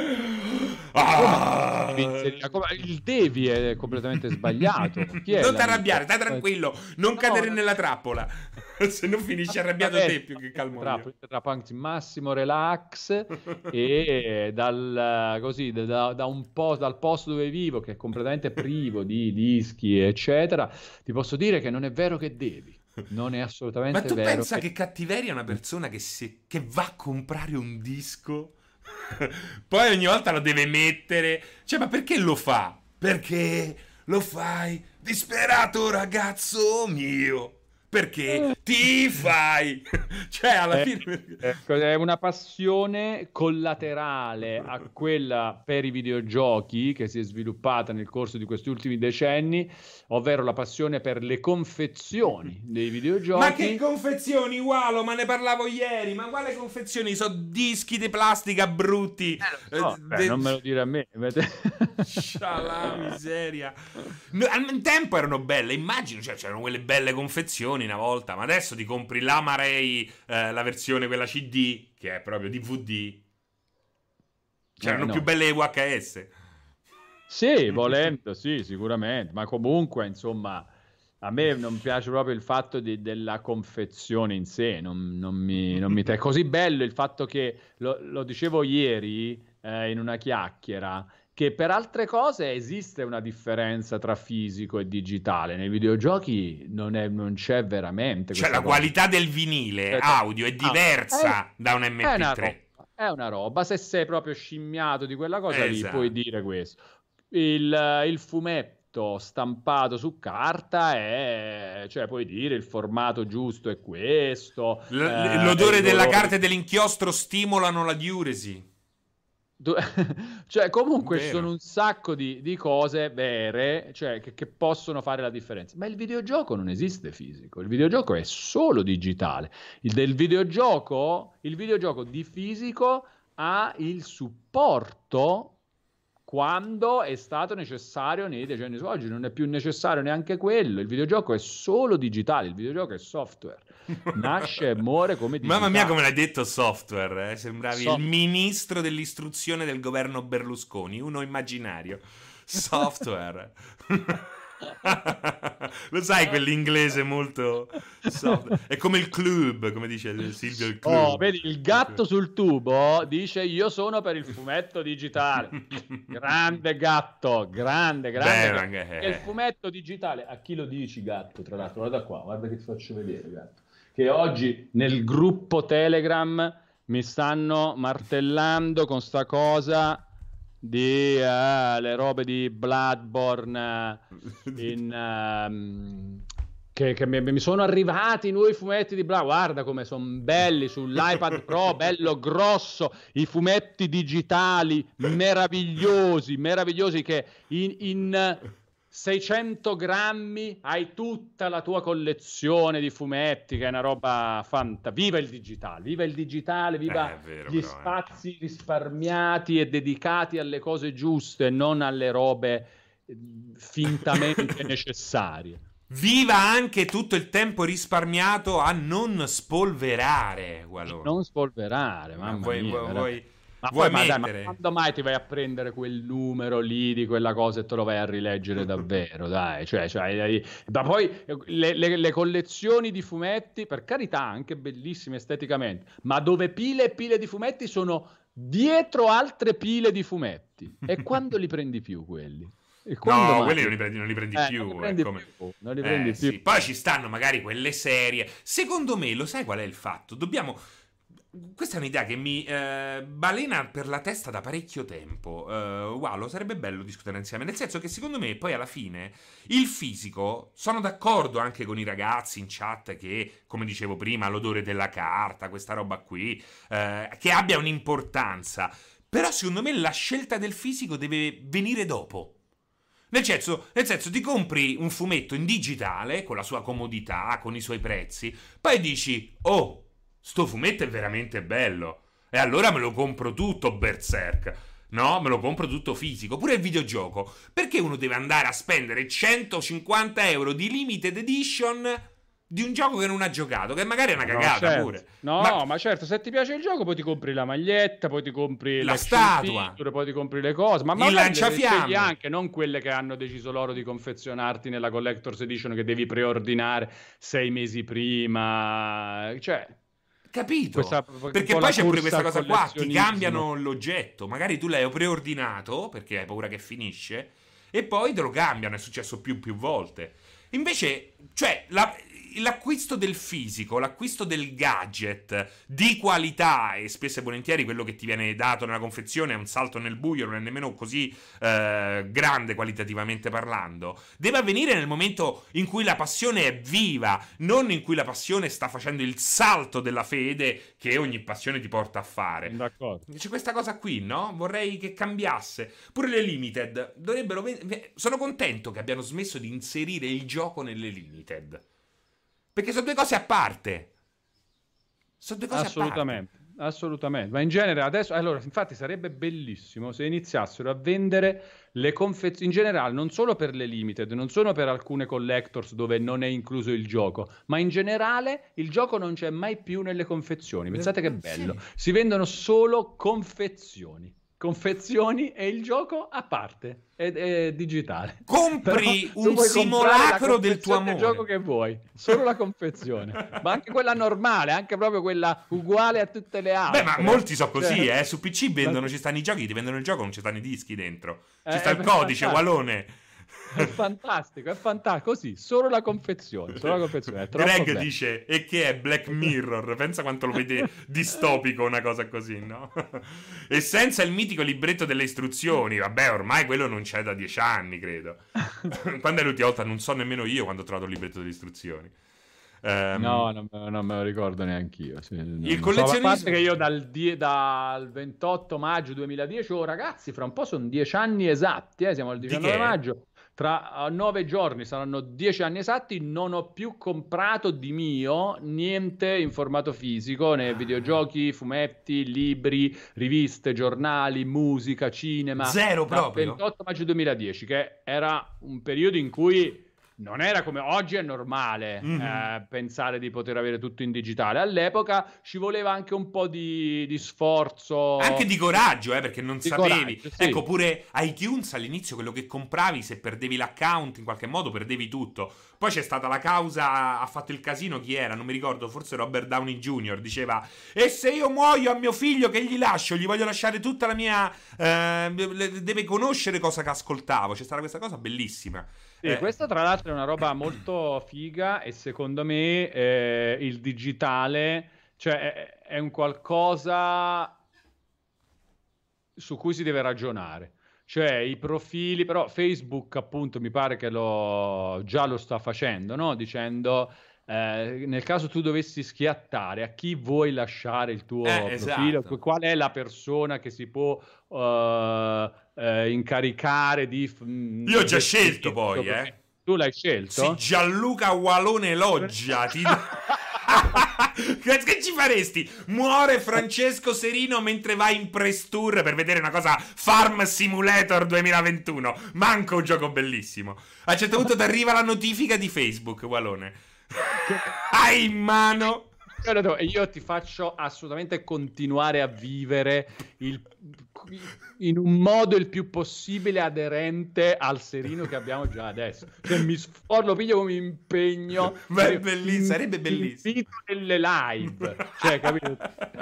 Ah! Devi inserire- come- Il devi è completamente sbagliato. Chi è Non ti l'amico? arrabbiare, stai tranquillo, non No, cadere no. nella trappola. Se non finisci arrabbiato Vabbè, te più che calmo trappo- io. trappo anzi, massimo relax e dal, così, da, da un po' dal posto dove vivo, che è completamente privo di dischi, eccetera, ti posso dire che non è vero che devi. Non è assolutamente Ma tu vero. pensa che cattiveria una persona che, se- che va a comprare un disco, poi ogni volta lo deve mettere. Cioè, ma perché lo fa? Perché lo fai disperato, ragazzo mio. Perché ti fai. Cioè, alla Eh, fine. ecco, è una passione collaterale a quella per i videogiochi che si è sviluppata nel corso di questi ultimi decenni, ovvero la passione per le confezioni dei videogiochi. Ma che confezioni, Walo? Ma ne parlavo ieri. Ma quale confezioni? Sono dischi di plastica brutti. No, Eh, beh, de- non me lo dire a me. Sciala miseria. No, al tempo erano belle, immagino, cioè c'erano quelle belle confezioni una volta, ma adesso ti compri l'Amarei, eh, la versione quella C D, che è proprio D V D. C'erano Eh, no. più belle V H S. Sì, volendo, sì, sicuramente, ma comunque, insomma, a me non piace proprio il fatto di- della confezione in sé, non, non mi, non mi è così bello il fatto che, lo, lo dicevo ieri eh, in una chiacchiera, che per altre cose esiste una differenza tra fisico e digitale, nei videogiochi non, è- non c'è veramente Cioè questa la cosa. qualità del vinile Certo. audio è Ah, diversa è- da un È M una P tre. roba, è una roba, se sei proprio scimmiato di quella cosa lì Esatto. puoi dire questo. Il, il fumetto stampato su carta è, cioè puoi dire il formato giusto è questo. L- eh, l'odore il della colore- carta e dell'inchiostro stimolano la diuresi. Du- cioè comunque ci Vero. sono un sacco di, di cose vere, cioè, che, che possono fare la differenza, ma il videogioco non esiste fisico, il videogioco è solo digitale. Il del videogioco, il videogioco di fisico ha il supporto quando è stato necessario nei decenni suoi. Oggi non è più necessario neanche quello, il videogioco è solo digitale, il videogioco è software, nasce e muore come digitale. Mamma mia, come l'hai detto software, eh? Sembravi Soft- il ministro dell'istruzione del governo Berlusconi, uno immaginario. Software. Lo sai, quell'inglese molto soft. È come il club, come dice il- Silvio il club. Oh, vedi, il gatto sul tubo dice io sono per il fumetto digitale. Grande gatto, grande, grande. Beh, gatto. anche- E il fumetto digitale, a chi lo dici gatto, tra l'altro? Guarda qua, guarda che ti faccio vedere, gatto. Che oggi nel gruppo Telegram mi stanno martellando con sta cosa di eh, le robe di Bloodborne eh, in, ehm, che, che mi, mi sono arrivati i nuovi fumetti di Bloodborne. Guarda come sono belli sull'iPad Pro, bello grosso, i fumetti digitali meravigliosi, meravigliosi che in, in seicento grammi hai tutta la tua collezione di fumetti, che è una roba fanta. Viva il digitale, viva il digitale, viva Eh, è vero, gli però, eh. spazi risparmiati e dedicati alle cose giuste, non alle robe eh, fintamente necessarie. Viva anche tutto il tempo risparmiato a non spolverare, Walone. Non spolverare, Ma mamma vuoi- mia, vuoi- veramente. vuoi- Ma vuoi poi, ma, dai, mettere? ma quando mai ti vai a prendere quel numero lì di quella cosa e te lo vai a rileggere davvero, dai, cioè, cioè ma poi le, le, le collezioni di fumetti, per carità, anche bellissime esteticamente, ma dove pile e pile di fumetti sono dietro altre pile di fumetti, e quando li prendi più quelli? E No, mai? quelli non li prendi, non li prendi eh, più. non li prendi, come... più, non li eh, prendi sì. più. Poi ci stanno magari quelle serie. Secondo me, lo sai qual è il fatto? Dobbiamo... Questa è un'idea che mi eh, balena per la testa da parecchio tempo. Uh, wow, lo sarebbe bello discutere insieme. Nel senso che secondo me poi alla fine il fisico, sono d'accordo anche con i ragazzi in chat che, come dicevo prima, l'odore della carta, questa roba qui, eh, che abbia un'importanza. Però secondo me la scelta del fisico deve venire dopo. Nel senso, nel senso, ti compri un fumetto in digitale, con la sua comodità, con i suoi prezzi, poi dici, oh, sto fumetto è veramente bello, e allora me lo compro tutto Berserk, no? Me lo compro tutto fisico, pure il videogioco. Perché uno deve andare a spendere centocinquanta euro di limited edition di un gioco che non ha giocato, che magari è una cagata, no, certo. pure. No, ma... ma certo, se ti piace il gioco poi ti compri la maglietta, poi ti compri la statua, figure, poi ti compri le cose, ma il lanciafiamme, anche non quelle che hanno deciso loro di confezionarti nella Collector's Edition che devi preordinare sei mesi prima, cioè... Capito? Questa, perché poi c'è pure questa cosa qua, ti cambiano collezionismo. l'oggetto, magari tu l'hai preordinato perché hai paura che finisce e poi te lo cambiano, è successo più più volte. Invece, cioè, la, l'acquisto del fisico, l'acquisto del gadget di qualità, e spesso e volentieri quello che ti viene dato nella confezione è un salto nel buio, non è nemmeno così eh, grande qualitativamente parlando, deve avvenire nel momento in cui la passione è viva, non in cui la passione sta facendo il salto della fede che ogni passione ti porta a fare. D'accordo. C'è questa cosa qui, no? Vorrei che cambiasse. Pure le limited dovrebbero... Sono contento che abbiano smesso di inserire il gioco nelle limited, perché sono due cose a parte. Sono due cose assolutamente, a parte. Assolutamente. Ma in genere adesso, allora, infatti sarebbe bellissimo se iniziassero a vendere le confezioni, in generale, non solo per le limited, non solo per alcune collectors dove non è incluso il gioco, ma in generale il gioco non c'è mai più nelle confezioni. Pensate che bello. Sì. Si vendono solo confezioni. Confezioni e il gioco a parte, è, è digitale. Compri un simulacro del tuo amore. Il gioco che vuoi, solo la confezione, ma anche quella normale, anche proprio quella uguale a tutte le altre. Beh, ma molti sono così, cioè... eh. Su P C vendono, ci stanno i giochi, ti vendono il gioco, non ci stanno i dischi dentro. Ci eh, sta il codice, Walone. È fantastico, è fantastico, così, solo la confezione, solo la confezione. È Greg bello. dice, e che è Black Mirror? Pensa quanto lo vede distopico una cosa così, no? E senza il mitico libretto delle istruzioni, vabbè, ormai quello non c'è da dieci anni, credo. Quando è l'ultima volta? Non so nemmeno io quando ho trovato il libretto delle istruzioni. Um, no, non me, non me lo ricordo neanche io. Sì, il collezionismo... So, a parte che io dal, die, dal ventotto maggio duemiladieci, oh ragazzi, fra un po' sono dieci anni esatti, eh, siamo al diciannove maggio. Tra nove giorni saranno dieci anni esatti, non ho più comprato di mio niente in formato fisico, né videogiochi, fumetti, libri, riviste, giornali, musica, cinema. Zero proprio. ventotto maggio duemiladieci, che era un periodo in cui non era come oggi, è normale mm-hmm. eh, pensare di poter avere tutto in digitale. All'epoca ci voleva anche un po' di, di sforzo, anche di coraggio, eh, perché non di sapevi. Coraggio, sì. Ecco, pure iTunes all'inizio, quello che compravi, se perdevi l'account in qualche modo perdevi tutto. Poi c'è stata la causa, ha fatto il casino, chi era? Non mi ricordo, forse Robert Downey junior Diceva, e se io muoio a mio figlio che gli lascio? Gli voglio lasciare tutta la mia... Eh, deve conoscere cosa che ascoltavo. C'è stata questa cosa bellissima. Sì, eh. Questa tra l'altro è una roba molto figa e secondo me eh, il digitale, cioè è, è un qualcosa su cui si deve ragionare. Cioè i profili, però Facebook appunto mi pare che lo, già lo sta facendo, no? Dicendo eh, nel caso tu dovessi schiattare, a chi vuoi lasciare il tuo eh, profilo, esatto. qual è la persona che si può uh, uh, incaricare di... Mh, Io ho già scelto poi, eh. Tu l'hai scelto? Sì, Gianluca Walone Loggia, ti... Che ci faresti? Muore Francesco Serino mentre vai in press tour per vedere una cosa Farm Simulator duemilaventuno. Manco un gioco bellissimo. A un certo punto ti arriva la notifica di Facebook, Walone. Hai in mano E io ti faccio assolutamente continuare a vivere il, in un modo il più possibile aderente al serino che abbiamo già adesso. Cioè, mi sforzo, lo piglio come impegno. Beh, bellissimo, sarebbe bellissimo. Nelle live, cioè, capito?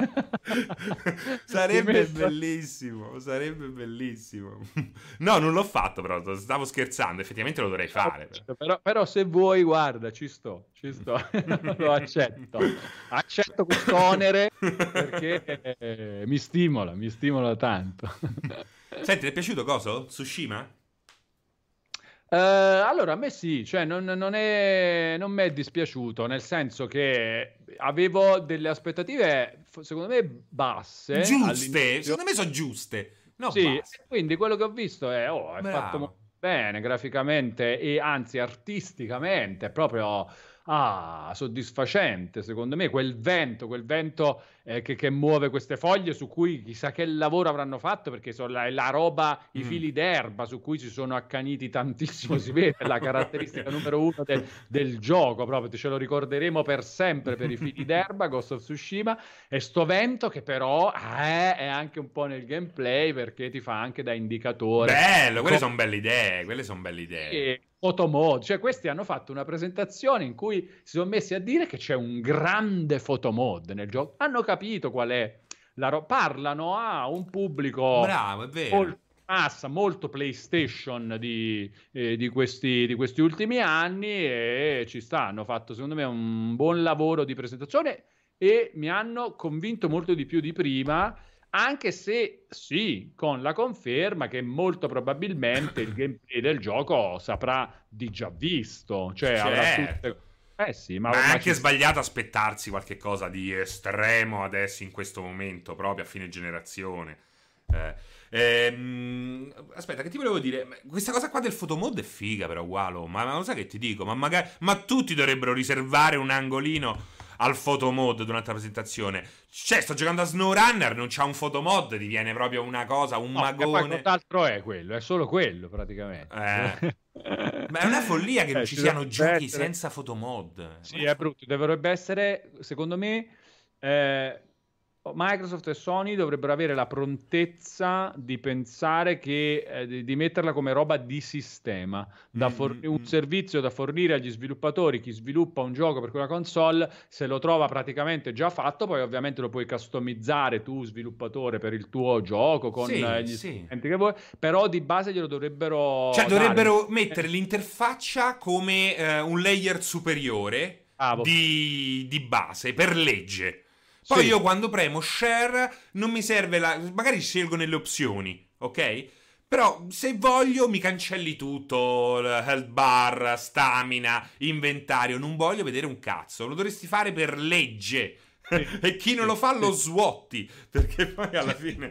Sarebbe messo... bellissimo, sarebbe bellissimo. No, non l'ho fatto, però stavo scherzando, effettivamente lo dovrei fare. Però, però se vuoi, guarda, ci sto, ci sto, lo accetto. Accetto questo onere perché eh, mi stimola, mi stimola tanto. Senti, ti è piaciuto coso? Tsushima? Uh, allora, a me sì, cioè non, non, è, non mi è dispiaciuto, nel senso che avevo delle aspettative, secondo me, basse. Giuste, all'inizio. Secondo me sono giuste. No, sì, basse. quindi quello che ho visto è, oh, è Bravo. fatto molto bene graficamente e anzi artisticamente, proprio... Ah, soddisfacente, secondo me, quel vento, quel vento eh, che, che muove queste foglie su cui chissà che lavoro avranno fatto, perché sono la, la roba, mm. i fili d'erba su cui si sono accaniti tantissimo, si vede la caratteristica numero uno del, del gioco, proprio ce lo ricorderemo per sempre per i fili d'erba, Ghost of Tsushima, e sto vento che però eh, è anche un po' nel gameplay perché ti fa anche da indicatore. Bello, quelle sono belle idee, quelle sono belle idee. E, Photomod, cioè questi hanno fatto una presentazione in cui si sono messi a dire che c'è un grande photomod nel gioco, hanno capito qual è la roba, parlano a un pubblico bravo, è vero, molto massa, molto PlayStation di, eh, di, questi, di questi ultimi anni e ci sta, hanno fatto secondo me un buon lavoro di presentazione e mi hanno convinto molto di più di prima. Anche se sì, con la conferma che molto probabilmente il gameplay del gioco saprà di già visto, cioè certo. avrà tutte... Eh sì, ma, ma è ma anche ci... sbagliato aspettarsi qualche cosa di estremo adesso in questo momento, proprio a fine generazione. Eh, ehm, aspetta, che ti volevo dire? Questa cosa qua del photomod è figa, però, Walo. Ma, ma lo sai che ti dico? Ma magari, ma tutti dovrebbero riservare un angolino al photomod durante la presentazione. Cioè, sto giocando a SnowRunner, non c'ha un photomod, diviene proprio una cosa, un no, magone. Ma altro è quello, è solo quello praticamente. Eh. Ma è una follia che eh, non ci siano giochi essere... senza photomod. Sì, è brutto. Dovrebbe essere, secondo me, eh, Microsoft e Sony dovrebbero avere la prontezza di pensare che eh, di, di metterla come roba di sistema, da forni- un servizio da fornire agli sviluppatori. Chi sviluppa un gioco per quella console, se lo trova praticamente già fatto, poi ovviamente lo puoi customizzare tu sviluppatore per il tuo gioco con sì, eh, gli sì. strumenti che vuoi, però di base glielo dovrebbero cioè dovrebbero dare. mettere l'interfaccia come eh, un layer superiore ah, di, di base per legge. Poi sì. io quando premo share non mi serve la... magari scelgo nelle opzioni, ok? Però se voglio mi cancelli tutto, health bar, stamina, inventario, non voglio vedere un cazzo, lo dovresti fare per legge. Sì. E chi non lo fa lo svuoti, perché poi alla fine...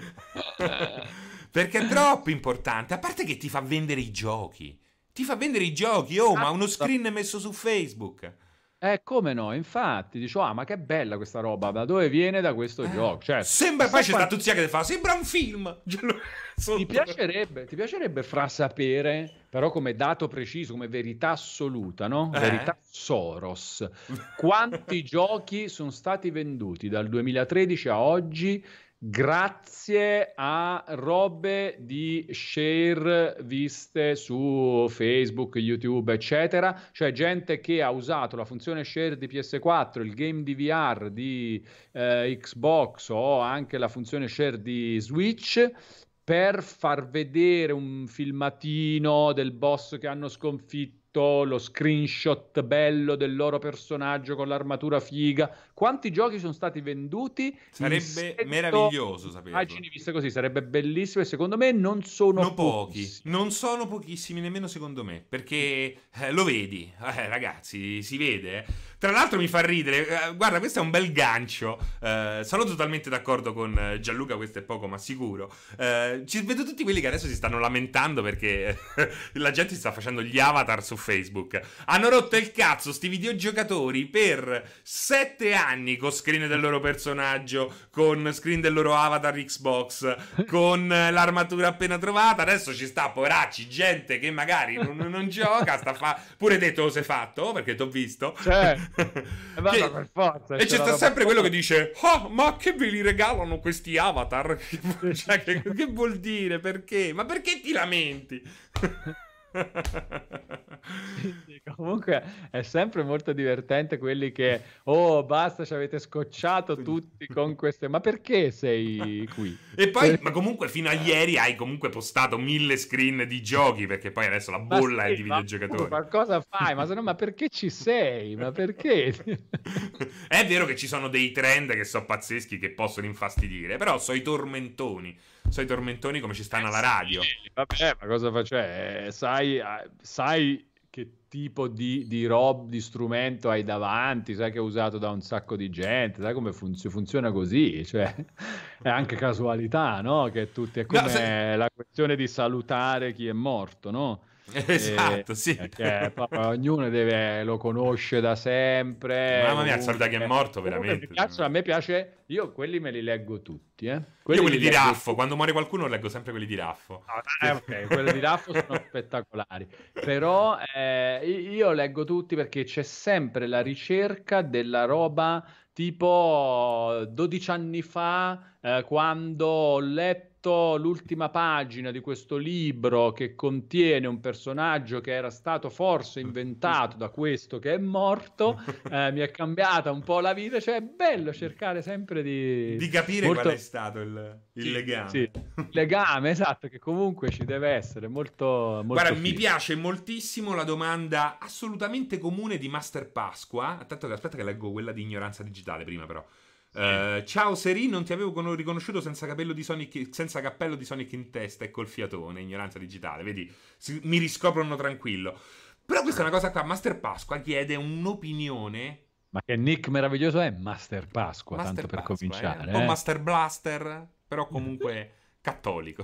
perché è troppo importante, a parte che ti fa vendere i giochi. Ti fa vendere i giochi, oh, ma uno screen messo su Facebook... Eh, come no? Infatti, dicevo, ah, ma che bella questa roba, da dove viene da questo eh, gioco? Cioè, sembra, poi c'è sta Tuzia che fa, sembra un film! Ti piacerebbe, ti piacerebbe fra sapere, però come dato preciso, come verità assoluta, no? Eh? Verità Soros. Quanti giochi sono stati venduti dal duemilatredici a oggi grazie a robe di share viste su Facebook, YouTube, eccetera, cioè gente che ha usato la funzione share di P S quattro, il game di V R di eh, Xbox o anche la funzione share di Switch per far vedere un filmatino del boss che hanno sconfitto, lo screenshot bello del loro personaggio con l'armatura figa. Quanti giochi sono stati venduti? Sarebbe meraviglioso saperlo. Immagini viste così, sarebbe bellissimo e secondo me non sono non pochi. pochissimi. Non sono pochissimi nemmeno secondo me, perché eh, lo vedi, eh, ragazzi, si vede. Eh. Tra l'altro mi fa ridere, eh, guarda, questo è un bel gancio. Eh, sono totalmente d'accordo con Gianluca, questo è poco ma sicuro. Eh, ci vedo tutti quelli che adesso si stanno lamentando perché la gente si sta facendo gli avatar su Facebook. Hanno rotto il cazzo sti videogiocatori per sette anni con screen del loro personaggio, con screen del loro avatar Xbox, con l'armatura appena trovata. Adesso ci sta, poveracci, gente che magari non, non gioca, sta fa... pure detto lo sei fatto, perché t'ho visto. Cioè. E vado Che- per forza, e c'è c'è la sta roba- sempre quello che dice: "Ah, ma che ve li regalano questi avatar?" Cioè, che, che vuol dire? Perché? Ma perché ti lamenti? Sì, sì, comunque è sempre molto divertente quelli che, oh, basta, ci avete scocciato tutti con queste. Ma perché sei qui? E poi, Per- ma comunque fino a ieri hai comunque postato mille screen di giochi, perché poi adesso la Ma bolla è sì, di ma videogiocatori. qualcosa fai, ma se no, ma perché ci sei? Ma perché? È vero che ci sono dei trend che sono pazzeschi, che possono infastidire, però so i tormentoni. So i tormentoni come ci stanno alla radio. Sì, vabbè, ma cosa faccio? Eh, sai, eh, sai che tipo di, di rob, di strumento hai davanti, sai che è usato da un sacco di gente, sai come funz- funziona così, cioè è anche casualità, no? Che tutti è No, come se- la questione di salutare chi è morto, no? E- Esatto, sì. che proprio ognuno deve, lo conosce da sempre. Mamma mia, il comunque- soldato che è morto, comunque veramente. Mi piacciono, a me piace, io quelli me li leggo tutti, eh. Io Quelli quelli li di leggo Raffo, quando muore qualcuno leggo sempre quelli di Raffo. No, eh, ok, quelli di Raffo sono spettacolari, però eh, io leggo tutti perché c'è sempre la ricerca della roba tipo dodici anni fa, eh, quando ho letto l'ultima pagina di questo libro che contiene un personaggio che era stato forse inventato da questo che è morto, eh, mi è cambiata un po' la vita, cioè è bello cercare sempre di... Di capire molto- qual è stato il, il Sì, legame. sì, il legame, esatto, che comunque ci deve essere, molto, molto Guarda, mi figo. piace moltissimo la domanda assolutamente comune di Master Pasqua. Aspetta che, aspetta che leggo quella di ignoranza digitale prima, però. Eh, ciao Seri, non ti avevo con- riconosciuto senza, capello di Sonic, senza cappello di Sonic in testa e col fiatone. Ignoranza digitale, vedi, si- mi riscoprono tranquillo. Però questa è una cosa qua. Master Pasqua chiede un'opinione. Ma che nick meraviglioso è Master Pasqua, Master tanto per Pasqua, cominciare. eh? Un po' eh. Master Blaster, però comunque cattolico.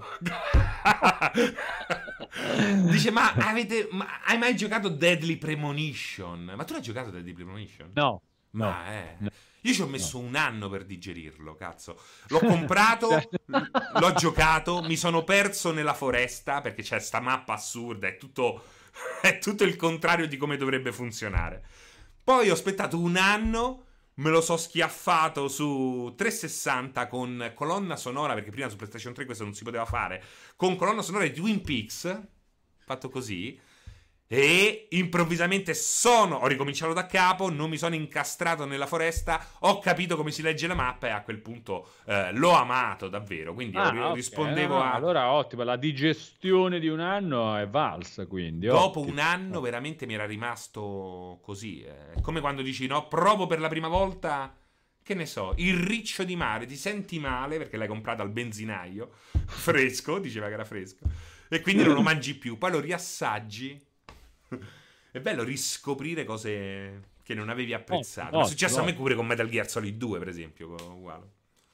Dice, ma avete ma hai mai giocato Deadly Premonition? Ma tu l'hai giocato Deadly Premonition? No, no. Ma eh. no. Io ci ho messo un anno per digerirlo, cazzo. L'ho comprato, l- l'ho giocato, mi sono perso nella foresta perché c'è sta mappa assurda, è tutto, è tutto il contrario di come dovrebbe funzionare. Poi ho aspettato un anno, me lo so schiaffato su trecentosessanta con colonna sonora, perché prima su PlayStation tre questo non si poteva fare, con colonna sonora di Twin Peaks, fatto così. E improvvisamente sono, ho ricominciato da capo, non mi sono incastrato nella foresta, ho capito come si legge la mappa e a quel punto eh, l'ho amato davvero. Quindi Ah, ri- ok, rispondevo no, no, a... allora ottimo, la digestione di un anno è valsa, quindi. Dopo ottimo. un anno veramente mi era rimasto così. È come quando dici no, provo per la prima volta, che ne so, il riccio di mare, ti senti male perché l'hai comprato al benzinaio, fresco, diceva che era fresco, e quindi non lo mangi più, poi lo riassaggi. È bello riscoprire cose che non avevi apprezzato. Oh, È successo no. a me pure con Metal Gear Solid due, per esempio, uguale.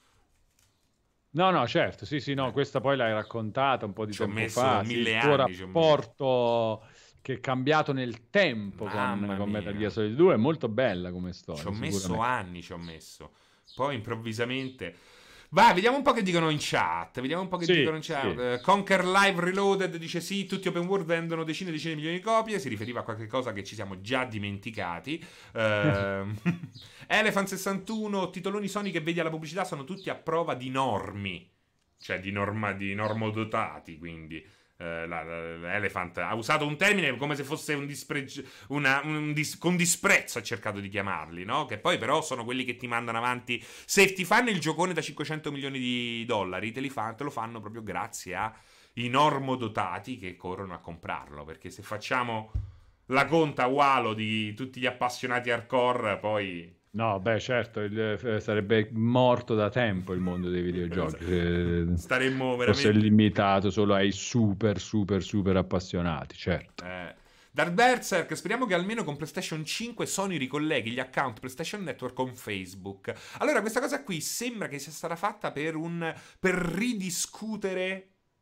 No, no, certo, sì, sì, no, questa poi l'hai raccontata un po' di Ci ho tempo messo fa, mille sì, il tuo anni, ci ho messo. rapporto che è cambiato nel tempo Mamma con, con mia. Metal Gear Solid due è molto bella come storia. Ci ho messo sicuramente. anni, ci ho messo. Poi improvvisamente... Vai, vediamo un po' che dicono in chat. Vediamo un po' che Sì, dicono in chat. sì. Eh, Conquer Live Reloaded dice sì, tutti open world vendono decine e decine di milioni di copie. Si riferiva a qualche cosa che ci siamo già dimenticati. Eh, Elephant sessantuno, titoloni Sony che vedi alla pubblicità sono tutti a prova di normi. Cioè di, norma, di normodotati, quindi... Eh, la, la, la Elephant ha usato un termine come se fosse un disprezzo, una, un dis, con disprezzo ha cercato di chiamarli, no? Che poi però sono quelli che ti mandano avanti. Se ti fanno il giocone da cinquecento milioni di dollari, te, li fa, te lo fanno proprio grazie ai normodotati che corrono a comprarlo. Perché se facciamo la conta Walo di tutti gli appassionati hardcore, poi... No, beh, certo, il- eh, sarebbe morto da tempo il mondo dei videogiochi. se Staremmo Fosse veramente... limitato solo ai super, super, super appassionati, certo. Eh, Dark Berserk, speriamo che almeno con PlayStation cinque Sony ricolleghi gli account PlayStation Network con Facebook. Allora, questa cosa qui sembra che sia stata fatta per un per ridiscutere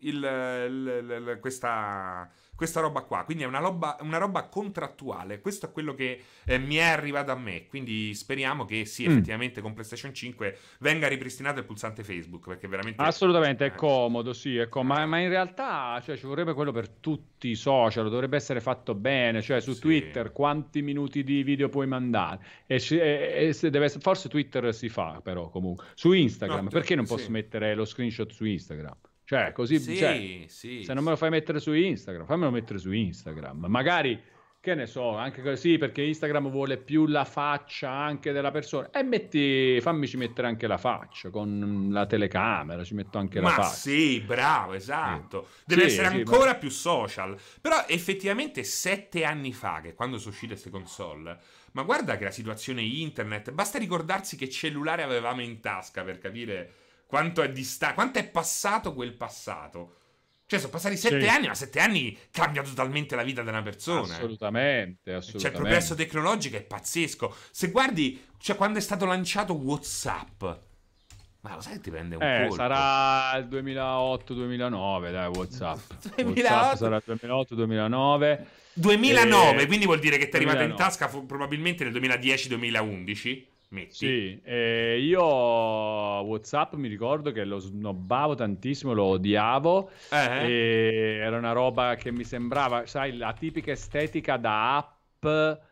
il, il, il, questa, questa roba qua. Quindi è una roba, una roba contrattuale. Questo è quello che eh, mi è arrivato a me. Quindi speriamo che sì, effettivamente mm. con PlayStation cinque venga ripristinato il pulsante Facebook, perché veramente assolutamente eh. è comodo, sì, è com- ma, ma in realtà cioè, ci vorrebbe quello per tutti i social, dovrebbe essere fatto bene, cioè su sì. Twitter quanti minuti di video puoi mandare e, e, e se deve essere, forse Twitter si fa però comunque su Instagram, no, perché non posso sì. mettere lo screenshot su Instagram? Cioè, così, sì, cioè, sì, se non me lo fai mettere su Instagram, fammelo mettere su Instagram. Magari, che ne so, anche così, perché Instagram vuole più la faccia anche della persona. E metti, fammici mettere anche la faccia, con la telecamera, ci metto anche ma la faccia. Ma sì, bravo, esatto. Deve sì, essere sì, ancora ma... più social. Però effettivamente sette anni fa, che quando sono uscite queste console, ma guarda che la situazione internet, basta ricordarsi che cellulare avevamo in tasca per capire... Quanto è dista- quanto è passato quel passato? Cioè, sono passati sette sì. anni, ma sette anni cambia totalmente la vita di una persona. Assolutamente, assolutamente. Cioè, il progresso tecnologico è pazzesco. Se guardi, cioè, quando è stato lanciato WhatsApp, ma lo sai che ti prende un eh, colpo? Sarà il duemilaotto duemilanove, dai, WhatsApp. duemilaotto WhatsApp sarà il duemilaotto duemilanove. duemilanove, e... quindi vuol dire che ti è arrivato in tasca fu- probabilmente nel duemiladieci duemilaundici. Metti. Sì, eh, io WhatsApp mi ricordo che lo snobbavo tantissimo, lo odiavo, eh. e era una roba che mi sembrava, sai, la tipica estetica da app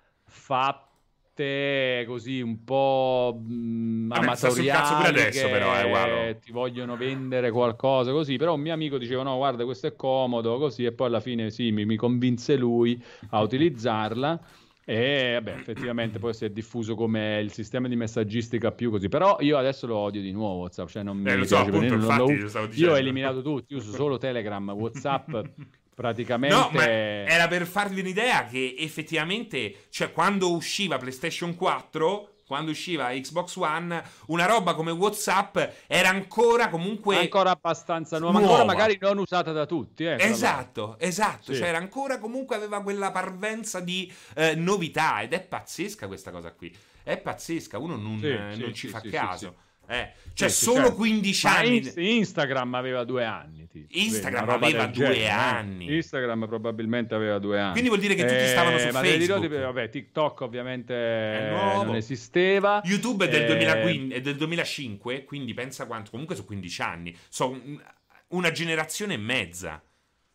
fatte così un po' mh, Vabbè, amatoriali, cazzo pure adesso, però, eh, wow. ti vogliono vendere qualcosa così, però un mio amico diceva no, guarda, questo è comodo, così, e poi alla fine sì, mi, mi convinse lui a utilizzarla. E vabbè, effettivamente poi si è diffuso come il sistema di messaggistica più così, però io adesso lo odio di nuovo WhatsApp, cioè non mi eh, lo so, piace, appunto, non infatti, lo... lo stavo io ho eliminato tutti, uso solo Telegram, WhatsApp praticamente. No, ma era per farvi un'idea che effettivamente, cioè quando usciva PlayStation quattro, quando usciva Xbox One, una roba come WhatsApp era ancora comunque ancora abbastanza nuova, nuova. Ancora magari non usata da tutti, eh, esatto, esatto, sì. Cioè era ancora comunque aveva quella parvenza di eh, novità, ed è pazzesca questa cosa qui, è pazzesca, uno non, sì, eh, sì, non ci sì, fa sì, caso. Sì, sì. Eh, cioè sì, solo certo. quindici Ma anni. In- Instagram aveva due anni tipo. Instagram aveva due genere, anni eh? Instagram probabilmente aveva due anni, quindi vuol dire che tutti stavano su eh, ma Facebook. Dirò, vabbè, TikTok ovviamente non esisteva, YouTube è del, eh... duemilaquindici, è del duemilacinque, quindi pensa quanto, comunque su quindici anni, so una generazione e mezza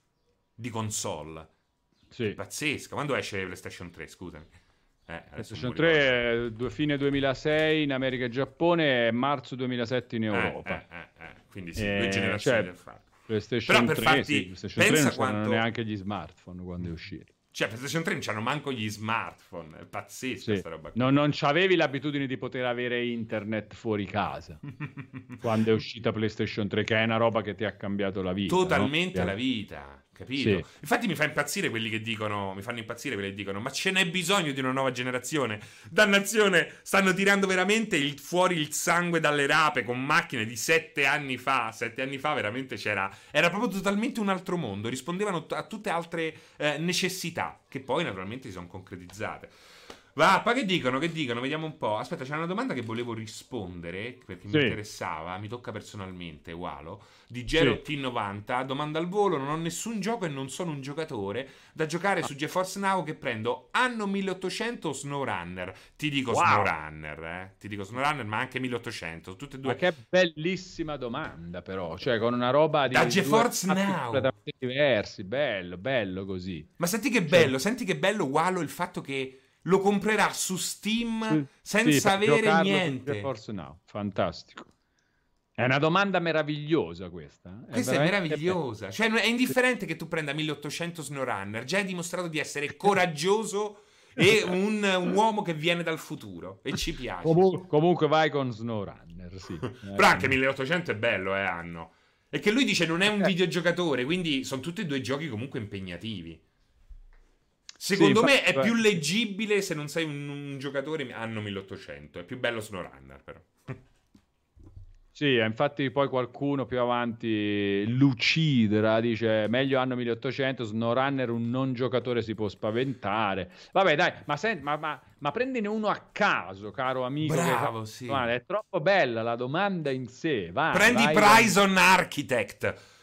di console, sì. Pazzesca. Quando esce PlayStation tre, scusami? Eh, PlayStation tre, due, fine duemilasei in America e Giappone, marzo duemilasette in Europa. Eh, eh, eh, quindi sì, due generazioni cioè, del fatto. PlayStation Però per tre, farti, sì, PlayStation tre non quanto... c'erano neanche gli smartphone quando è uscito. Cioè, PlayStation tre non c'hanno manco gli smartphone, è pazzesco sì. questa roba qui. No, non c'avevi l'abitudine di poter avere internet fuori casa quando è uscita PlayStation tre, che è una roba che ti ha cambiato la vita. Totalmente no? la vita. Capito? Sì. Infatti mi fa impazzire quelli che dicono, mi fanno impazzire quelli che dicono, ma ce n'è bisogno di una nuova generazione? Dannazione, stanno tirando veramente il, fuori il sangue dalle rape con macchine di sette anni fa. Sette anni fa veramente c'era, era proprio totalmente un altro mondo, rispondevano a tutte altre eh, necessità, che poi naturalmente si sono concretizzate. Va, poi che dicono, che dicono, vediamo un po'. Aspetta, c'è una domanda che volevo rispondere, perché sì. mi interessava, mi tocca personalmente, Walo, di Gero T novanta, domanda al volo, non ho nessun gioco e non sono un giocatore, da giocare su GeForce Now che prendo anno milleottocento o SnowRunner. Ti dico wow. SnowRunner, eh, ti dico SnowRunner, ma anche milleottocento, tutte e due. Ma che bellissima domanda però, cioè con una roba di... Da GeForce Now! Completamente diversi, bello, bello così. Ma senti che bello, cioè... senti che bello, Walo, il fatto che lo comprerà su Steam sì, senza sì, avere niente. Forse no, fantastico. È una domanda meravigliosa questa. È questa è meravigliosa. Be- cioè è indifferente che tu prenda milleottocento SnowRunner, già hai dimostrato di essere coraggioso e un, un uomo che viene dal futuro e ci piace. Comun- comunque vai con SnowRunner, sì. Però anche milleottocento è bello, eh, Anno. E che lui dice non è un videogiocatore, quindi sono tutti e due giochi comunque impegnativi. Secondo sì, me è più leggibile se non sei un, un giocatore anno milleottocento. È più bello SnowRunner, però. Sì, infatti poi qualcuno più avanti lucidra, dice meglio anno milleottocento, SnowRunner un non giocatore si può spaventare. Vabbè dai, ma, senti, ma, ma, ma prendine uno a caso, caro amico. Bravo, che... sì. Guarda, è troppo bella la domanda in sé. Vai, Prendi vai, Prison vai. Architect.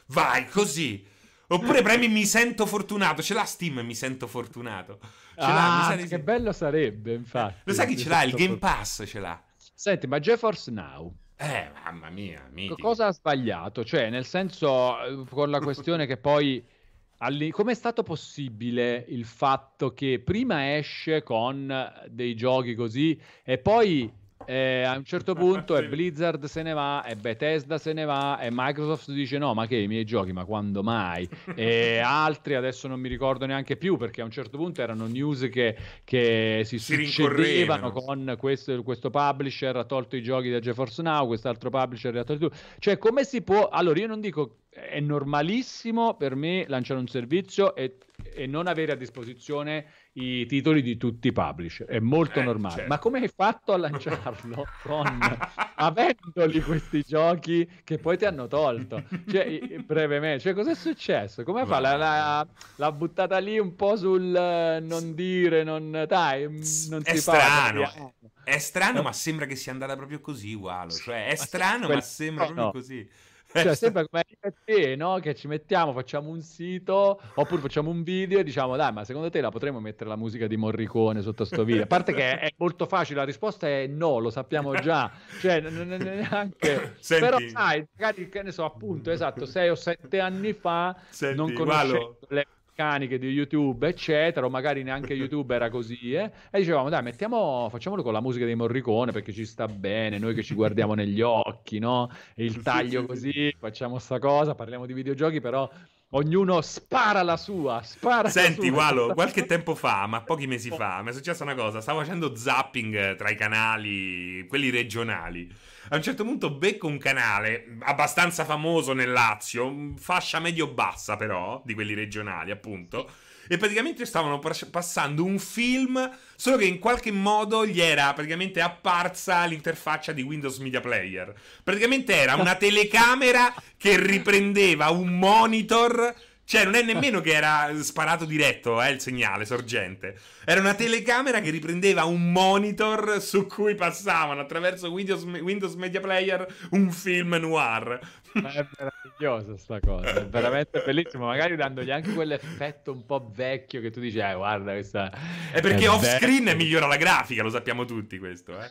Vai, così. Oppure premi mi sento fortunato. Ce l'ha Steam mi sento fortunato. Ce l'ha, mi Ah, sa di che sì. bello sarebbe, infatti. Lo sai chi Mi ce l'ha? Il sento Game fortunato. Pass ce l'ha. Senti, ma GeForce Now Eh, mamma mia, co- mitico. cosa ha sbagliato? Cioè, nel senso, eh, con la questione che poi Alli- com'è stato possibile il fatto che prima esce con dei giochi così e poi eh, a un certo punto e Blizzard se ne va e Bethesda se ne va e Microsoft dice no, ma che i miei giochi, ma quando mai? E altri adesso non mi ricordo neanche più perché a un certo punto erano news che, che si Si succedevano rincorrevano. con questo, questo publisher ha tolto i giochi da GeForce Now, quest'altro publisher li ha tolti tu. Cioè, come si può? Allora, io non dico è normalissimo per me lanciare un servizio e, e non avere a disposizione i titoli di tutti i publisher, è molto Eh, normale. certo. Ma come hai fatto a lanciarlo con avendoli questi giochi che poi ti hanno tolto? Cioè, i- brevemente, cioè, cos'è successo? Come fa? La, la- l'ha buttata lì un po' sul eh, non dire, non dai, mm, non È si fa. strano, capiamo. è strano, Eh? ma sembra che sia andata proprio così, Walo. Cioè, è Ma strano, sempre ma lì, sembra no, proprio no. così. È Cioè, stra- sembra come io e te, no? Che ci mettiamo, facciamo un sito, oppure facciamo un video e diciamo, dai, ma secondo te la potremmo mettere la musica di Morricone sotto sto video? A parte che è molto facile, la risposta è no, lo sappiamo già. Cioè, non non- non- neanche... Senti. Però sai, magari, che ne so, appunto, esatto, sei o sette anni fa, Senti, non Walo. conoscendo le meccaniche di YouTube, eccetera, o magari neanche YouTube era così, eh? E dicevamo, dai, mettiamo, facciamolo con la musica di Morricone perché ci sta bene, noi che ci guardiamo negli occhi, no? E il Sì, taglio sì, così, sì. facciamo sta cosa, parliamo di videogiochi, però ognuno spara la sua, spara la Senti, sua. Walo, qualche tempo fa, ma pochi mesi fa, mi è successa una cosa. Stavo facendo zapping eh, tra i canali, quelli regionali. A un certo punto becco un canale abbastanza famoso nel Lazio, m, fascia medio-bassa però, di quelli regionali, appunto. E praticamente stavano pas- passando un film, solo che in qualche modo gli era praticamente apparsa l'interfaccia di Windows Media Player. Praticamente era una telecamera che riprendeva un monitor. Cioè, non è nemmeno che era sparato diretto, eh, il segnale sorgente. Era una telecamera che riprendeva un monitor su cui passavano attraverso Windows, Windows Media Player un film noir. Ma è meravigliosa sta cosa, è veramente bellissimo, magari dandogli anche quell'effetto un po' vecchio che tu dici, eh, guarda questa... È perché è off vecchia. screen migliora la grafica, lo sappiamo tutti questo, eh.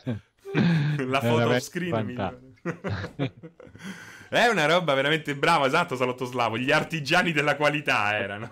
La È foto off veramente screen migliora. fantastico. È una roba veramente brava, esatto, Salotto Slavo. Gli artigiani della qualità erano.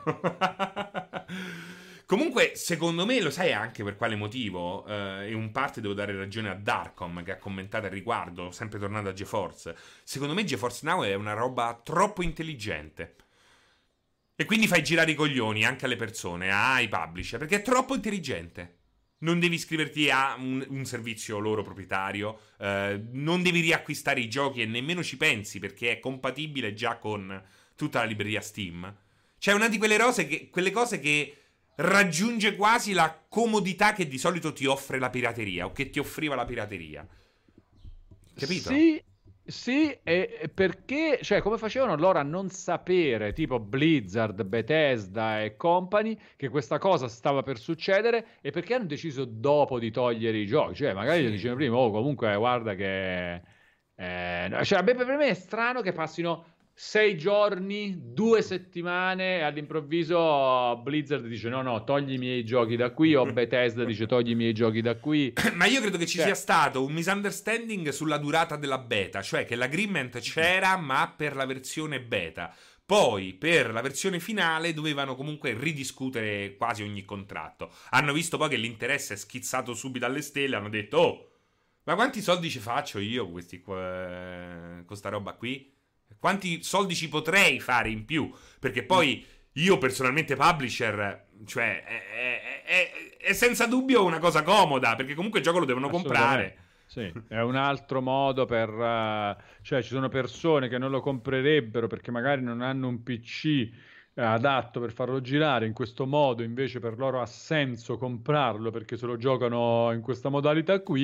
Comunque, secondo me, lo sai anche per quale motivo? Eh, e un parte devo dare ragione a Darkom che ha commentato al riguardo, sempre tornando a GeForce. Secondo me GeForce Now è una roba troppo intelligente. E quindi fai girare i coglioni anche alle persone, ai publisher, perché è troppo intelligente. Non devi iscriverti a un, un servizio loro proprietario, eh, non devi riacquistare i giochi e nemmeno ci pensi perché è compatibile già con tutta la libreria Steam. Cioè, è una di quelle cose che, quelle cose che raggiunge quasi la comodità che di solito ti offre la pirateria o che ti offriva la pirateria. Capito? Sì, sì, e e perché, cioè, come facevano loro a non sapere, tipo Blizzard, Bethesda e company, che questa cosa stava per succedere e perché hanno deciso dopo di togliere i giochi? Cioè, magari Sì. dicevano prima, oh, comunque, guarda che... eh, no, cioè, beh, per me è strano che passino sei giorni, due settimane e all'improvviso Blizzard dice no, no, togli i miei giochi da qui, o Bethesda dice togli i miei giochi da qui. Ma io credo che ci Cioè- sia stato un misunderstanding sulla durata della beta, cioè che l'agreement c'era ma per la versione beta. Poi per la versione finale dovevano comunque ridiscutere quasi ogni contratto. Hanno visto poi che l'interesse è schizzato subito alle stelle, hanno detto oh, ma quanti soldi ci faccio io questi qua, con sta roba qui? Quanti soldi ci potrei fare in più? Perché poi io personalmente publisher, cioè è, è- è- è senza dubbio una cosa comoda, perché comunque il gioco lo devono comprare. Sì, è un altro modo per... eh, cioè ci sono persone che non lo comprerebbero perché magari non hanno un P C eh, adatto per farlo girare in questo modo, invece per loro ha senso comprarlo perché se lo giocano in questa modalità qui,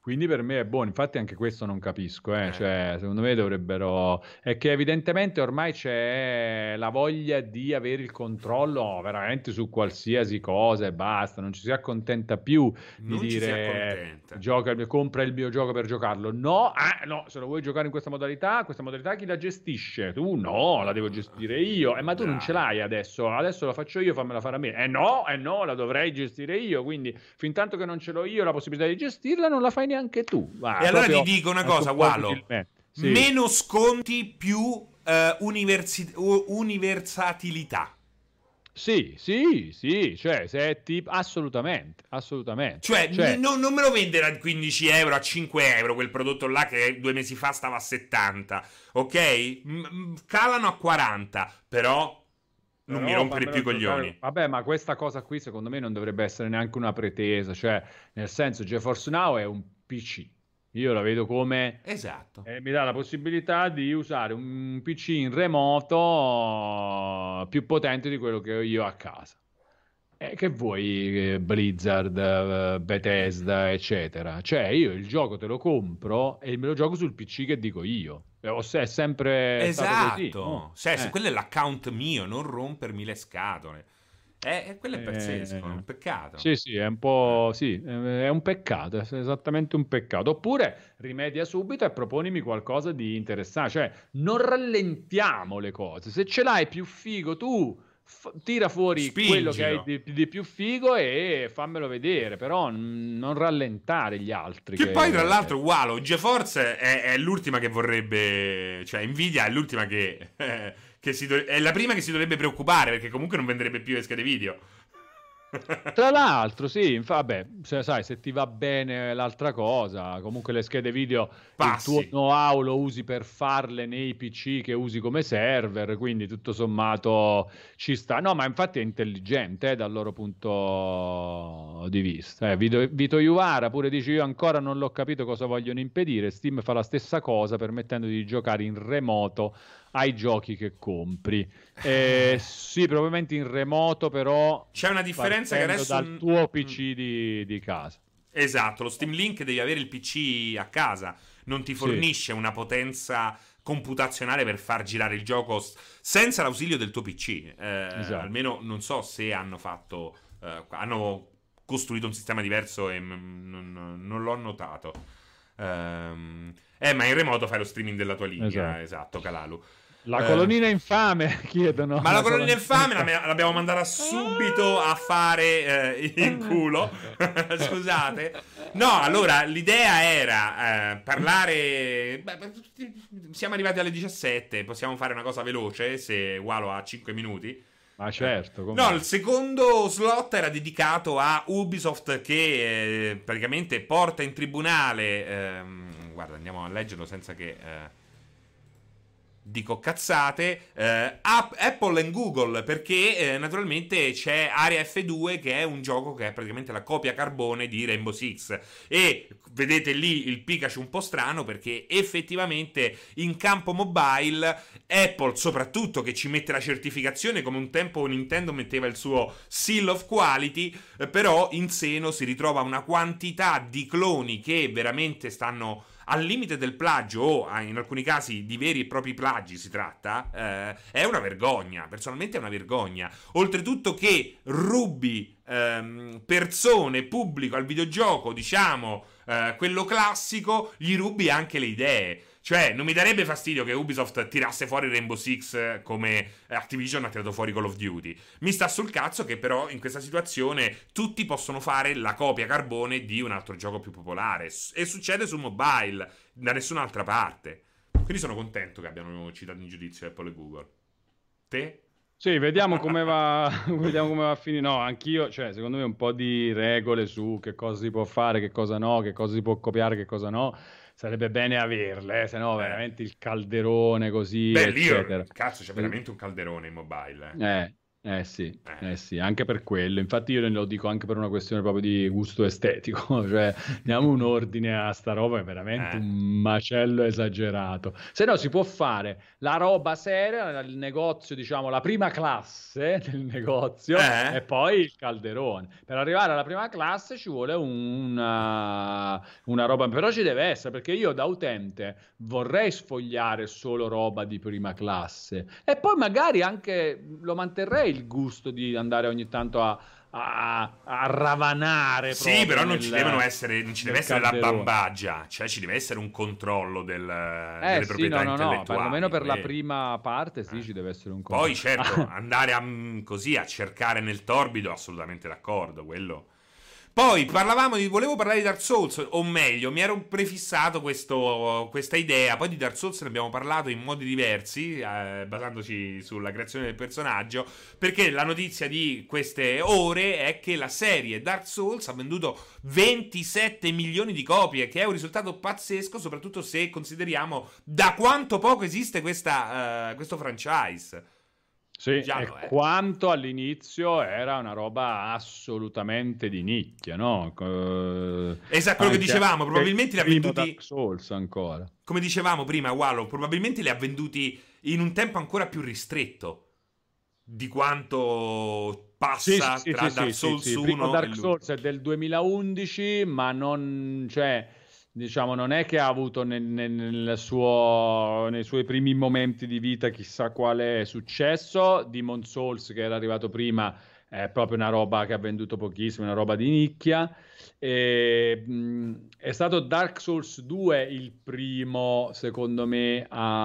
Quindi per me è buono, infatti anche questo non capisco, eh. Eh. Cioè, secondo me dovrebbero... È che evidentemente ormai c'è la voglia di avere il controllo veramente su qualsiasi cosa e basta, non ci si accontenta più di Non ci si dire accontenta. gioca il mio- compra il mio gioco per giocarlo. No, ah, no, se lo vuoi giocare in questa modalità, questa modalità chi la gestisce? Tu no, la devo gestire io. Eh, ma tu non ce Dai. l'hai adesso, adesso la faccio io, fammela fare a me. Eh no, eh no, la dovrei gestire io, quindi fin tanto che non ce l'ho io la possibilità di gestirla, non la fai neanche tu. Va, E allora proprio ti dico una molto cosa, Walo. probabilmente. Sì. Meno sconti, più eh, universi- u- universatilità. Sì, sì, sì, cioè, se è tipo, assolutamente, assolutamente. Cioè, Cioè, n- non, non me lo vendere a quindici euro, a cinque euro, quel prodotto là che due mesi fa stava a settanta, ok? M- m- calano a quaranta, però non però mi rompere più i fammelo giocare- coglioni. Vabbè, ma questa cosa qui secondo me non dovrebbe essere neanche una pretesa, cioè, nel senso, GeForce Now è un P C. Io la vedo come Esatto. eh, mi dà la possibilità di usare un P C in remoto più potente di quello che ho io a casa. E che vuoi, eh, Blizzard, eh, Bethesda, eccetera. Cioè, io il gioco te lo compro e me lo gioco sul P C che dico io. Eh, o se è sempre stato così. Esatto. no? Cioè, se Eh. quello è l'account mio, non rompermi le scatole. Eh, eh, quello è Eh, pazzesco, è un peccato. Sì, sì, è un po', sì, è un peccato, è esattamente un peccato. Oppure rimedia subito e proponimi qualcosa di interessante, cioè non rallentiamo le cose. Se ce l'hai più figo tu, f- tira fuori quello che hai Spingilo. di, di più figo e fammelo vedere, però n- non rallentare gli altri. Che poi, tra l'altro, Walo, GeForce è, è l'ultima che vorrebbe. Cioè, Nvidia è l'ultima che. eh, che si do- è la prima che si dovrebbe preoccupare, perché comunque non venderebbe più le schede video. Tra l'altro, sì, infa- vabbè, se, sai, se ti va bene l'altra cosa, comunque le schede video, Passi. il tuo know-how lo usi per farle nei P C che usi come server, quindi tutto sommato ci sta. No, ma infatti è intelligente eh, dal loro punto di vista. Eh, Vito, Vito Iuvara pure dice io ancora non l'ho capito cosa vogliono impedire. Steam fa la stessa cosa permettendo di giocare in remoto ai giochi che compri. Eh, sì, probabilmente in remoto, però C'è una differenza che partendo adesso. dal tuo P C di, di casa. Esatto, lo Steam Link devi avere il P C a casa, non ti fornisce una potenza computazionale per far girare il gioco s- senza l'ausilio del tuo P C. Eh, Esatto. Almeno non so se hanno fatto, eh, hanno costruito un sistema diverso e m- non, non l'ho notato. Ehm, eh, ma in remoto fai lo streaming della tua linea, Esatto. esatto, Calalu. La Eh, colonnina infame, chiedono. Ma la colonnina infame la- l'abbiamo mandata subito a fare eh, in culo. Scusate. No, allora l'idea era eh, parlare. Beh, siamo arrivati alle diciassette. Possiamo fare una cosa veloce se Walo ha cinque minuti. Ma certo, come No, il secondo slot era dedicato a Ubisoft che eh, praticamente porta in tribunale. ehm, guarda, andiamo a leggerlo senza che. eh, Dico cazzate, eh, App- Apple e Google, perché eh, naturalmente c'è Area F due che è un gioco che è praticamente la copia carbone di Rainbow Six e vedete lì il Pikachu un po' strano perché effettivamente in campo mobile Apple soprattutto che ci mette la certificazione come un tempo Nintendo metteva il suo seal of quality, eh, però in seno si ritrova una quantità di cloni che veramente stanno al limite del plagio o in alcuni casi di veri e propri plagi si tratta, eh, è una vergogna, personalmente è una vergogna. Oltretutto che rubi ehm, persone, pubblico al videogioco, diciamo, eh, quello classico, gli rubi anche le idee. Cioè, non mi darebbe fastidio che Ubisoft tirasse fuori Rainbow Six come Activision ha tirato fuori Call of Duty. Mi sta sul cazzo che però in questa situazione tutti possono fare la copia carbone di un altro gioco più popolare. E succede su mobile, da nessun'altra parte. Quindi sono contento che abbiano citato in giudizio Apple e Google. Te? Sì, vediamo come va, vediamo come va a finire. No, anch'io, cioè, secondo me un po' di regole su che cosa si può fare, che cosa no, che cosa si può copiare, che cosa no. Sarebbe bene averle, eh, se no Eh. veramente il calderone così, Beh, lì, eccetera. cazzo, c'è veramente un calderone in mobile. Eh. Eh, Eh sì, eh sì, anche per quello. Infatti io lo dico anche per una questione proprio di gusto estetico, cioè diamo un ordine a sta roba, è veramente Eh. un macello esagerato. Se no si può fare la roba seria, il negozio, diciamo, la prima classe del negozio Eh? e poi il calderone. Per arrivare alla prima classe ci vuole una, una roba, però ci deve essere, perché io da utente vorrei sfogliare solo roba di prima classe e poi magari anche lo manterrei il gusto di andare ogni tanto a, a, a ravanare. Sì, però non nel, ci devono essere, non ci deve essere calderone. la bambagia, cioè ci deve essere un controllo del, Eh delle sì, proprietà no, no, no, intellettuali. perlomeno per la quello. prima parte sì, Eh. ci deve essere un Poi controllo. certo, andare a, così a cercare nel torbido, assolutamente d'accordo, quello. Poi parlavamo di, volevo parlare di Dark Souls, o meglio, mi ero prefissato questo, questa idea, poi di Dark Souls ne abbiamo parlato in modi diversi, eh, basandoci sulla creazione del personaggio, perché la notizia di queste ore è che la serie Dark Souls ha venduto ventisette milioni di copie, che è un risultato pazzesco, soprattutto se consideriamo da quanto poco esiste questa, uh, questo franchise. Sì, Già e lo è. quanto all'inizio era una roba assolutamente di nicchia, no? Eh, Esatto, quello che anche- dicevamo, probabilmente li ha primo venduti, Dark Souls ancora. come dicevamo prima, Wallo, probabilmente li ha venduti in un tempo ancora più ristretto di quanto passa Sì, sì, tra sì, Dark sì, Souls sì, sì. Primo uno e Dark l'ultimo. Souls è del duemilaundici, ma non, cioè, diciamo, non è che ha avuto nel, nel- nel suo, nei suoi primi momenti di vita chissà quale successo. Demon Souls, che era arrivato prima, è proprio una roba che ha venduto pochissimo, una roba di nicchia. E, mh, è stato Dark Souls due il primo, secondo me,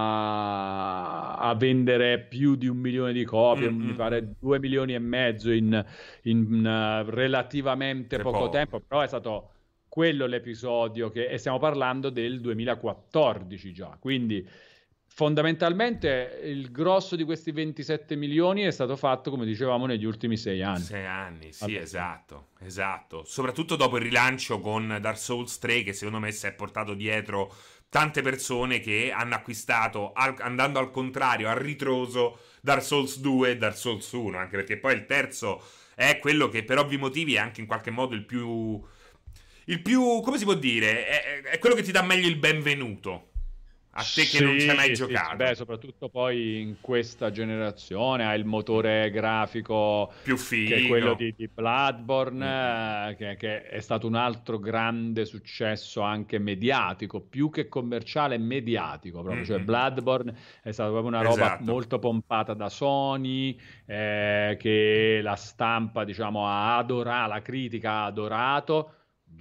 a, a vendere più di un milione di copie, Mm, mi mm, pare mm. due milioni e mezzo in, in, uh, relativamente Che poco poco. tempo, però è stato quello l'episodio che, e stiamo parlando del duemilaquattordici già, quindi fondamentalmente il grosso di questi ventisette milioni è stato fatto, come dicevamo, negli ultimi sei anni. Sei anni, sì, Allora. esatto, esatto. Soprattutto dopo il rilancio con Dark Souls tre, che secondo me si è portato dietro tante persone che hanno acquistato, al- andando al contrario, a ritroso, Dark Souls due e Dark Souls uno, anche perché poi il terzo è quello che per ovvi motivi è anche in qualche modo il più... Il più, come si può dire, è, è quello che ti dà meglio il benvenuto. A te che non ci hai mai Sì, sì, giocato. sì, beh, soprattutto poi in questa generazione ha il motore grafico Più che figo. è quello di, di Bloodborne, Mm-hmm. eh, che, che è stato un altro grande successo anche mediatico, più che commerciale, mediatico proprio. Cioè Mm-hmm. Bloodborne è stata proprio una roba Esatto. molto pompata da Sony, eh, che la stampa, diciamo, ha adorato, la critica ha adorato,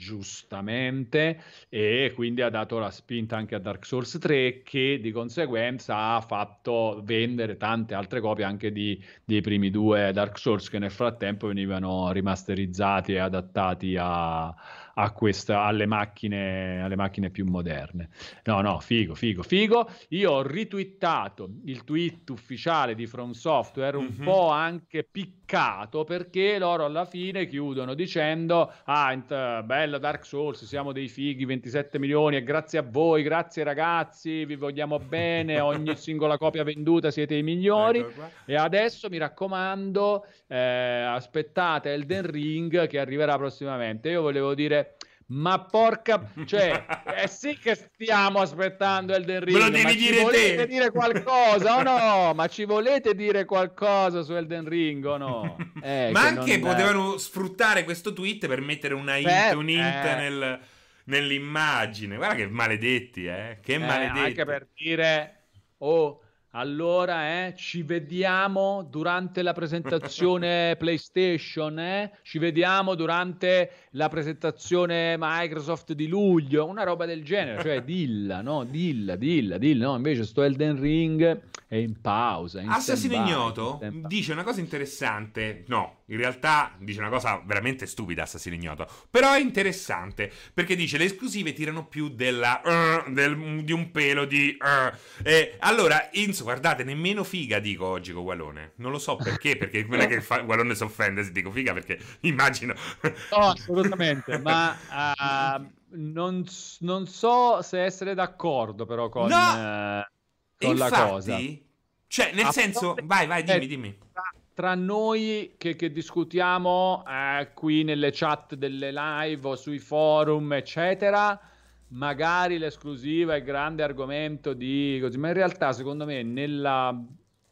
giustamente, e quindi ha dato la spinta anche a Dark Souls tre, che di conseguenza ha fatto vendere tante altre copie anche di, dei primi due Dark Souls, che nel frattempo venivano rimasterizzati e adattati a, a questa, alle macchine, alle macchine più moderne. No, no, figo, figo, figo. Io ho ritwittato il tweet ufficiale di From Software, un Mhm. po' anche piccato, perché loro alla fine chiudono dicendo: ah, int- bello Dark Souls, siamo dei fighi, ventisette milioni, e grazie a voi, grazie ragazzi, vi vogliamo bene, ogni singola copia venduta siete i migliori. Eccolo qua. E adesso mi raccomando, eh, aspettate Elden Ring che arriverà prossimamente. Io volevo dire, ma porca, cioè, eh sì che stiamo aspettando Elden Ring, Me lo devi ma ci dire volete te. dire qualcosa o no? Ma ci volete dire qualcosa su Elden Ring o no? Eh, Ma che anche non- potevano sfruttare questo tweet per mettere una hint, Beh, un hint eh. nel- nell'immagine. Guarda che maledetti, eh. Che Eh, maledetti. anche per dire, oh, allora eh, ci vediamo durante la presentazione PlayStation, eh? Ci vediamo durante la presentazione Microsoft di luglio, una roba del genere, cioè dilla, no? Dilla, dilla, dilla, no? Invece sto Elden Ring è in pausa, in Assassino stand-by, Ignoto in stand-by. dice una cosa interessante. No, in realtà dice una cosa veramente stupida. Assassino Ignoto, però è interessante perché dice: le esclusive tirano più della uh, del, di un pelo di uh. E allora, Inso, guardate, nemmeno figa dico oggi con Gualone. Non lo so perché, perché non è che fa, Gualone si offende se dico figa, perché immagino. No, assolutamente, ma uh, non, non so se essere d'accordo però con, No! eh, E con la cosa. infatti, cioè, nel A senso, parte- vai, vai, dimmi, eh, dimmi. Tra, tra noi che, che discutiamo eh, qui nelle chat delle live o sui forum, eccetera, magari l'esclusiva è il grande argomento di così, ma in realtà secondo me nella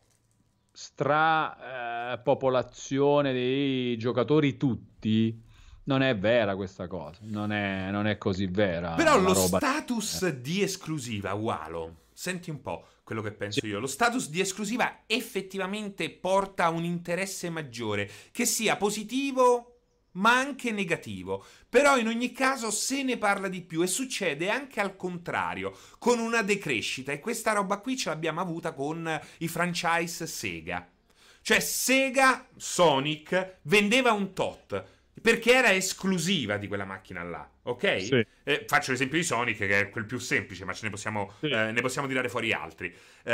stra eh, popolazione dei giocatori tutti non è vera questa cosa, non è, non è così vera. Però lo roba... status di esclusiva, Walo, senti un po' quello che penso Sì. io, lo status di esclusiva effettivamente porta a un interesse maggiore, che sia positivo ma anche negativo. Però in ogni caso se ne parla di più e succede anche al contrario, con una decrescita, e questa roba qui ce l'abbiamo avuta con i franchise Sega. Cioè Sega, Sonic, vendeva un tot, perché era esclusiva di quella macchina là, ok? Sì. Eh, faccio l'esempio di Sonic, che è quel più semplice, ma ce ne possiamo, Sì. eh, ne possiamo tirare fuori altri.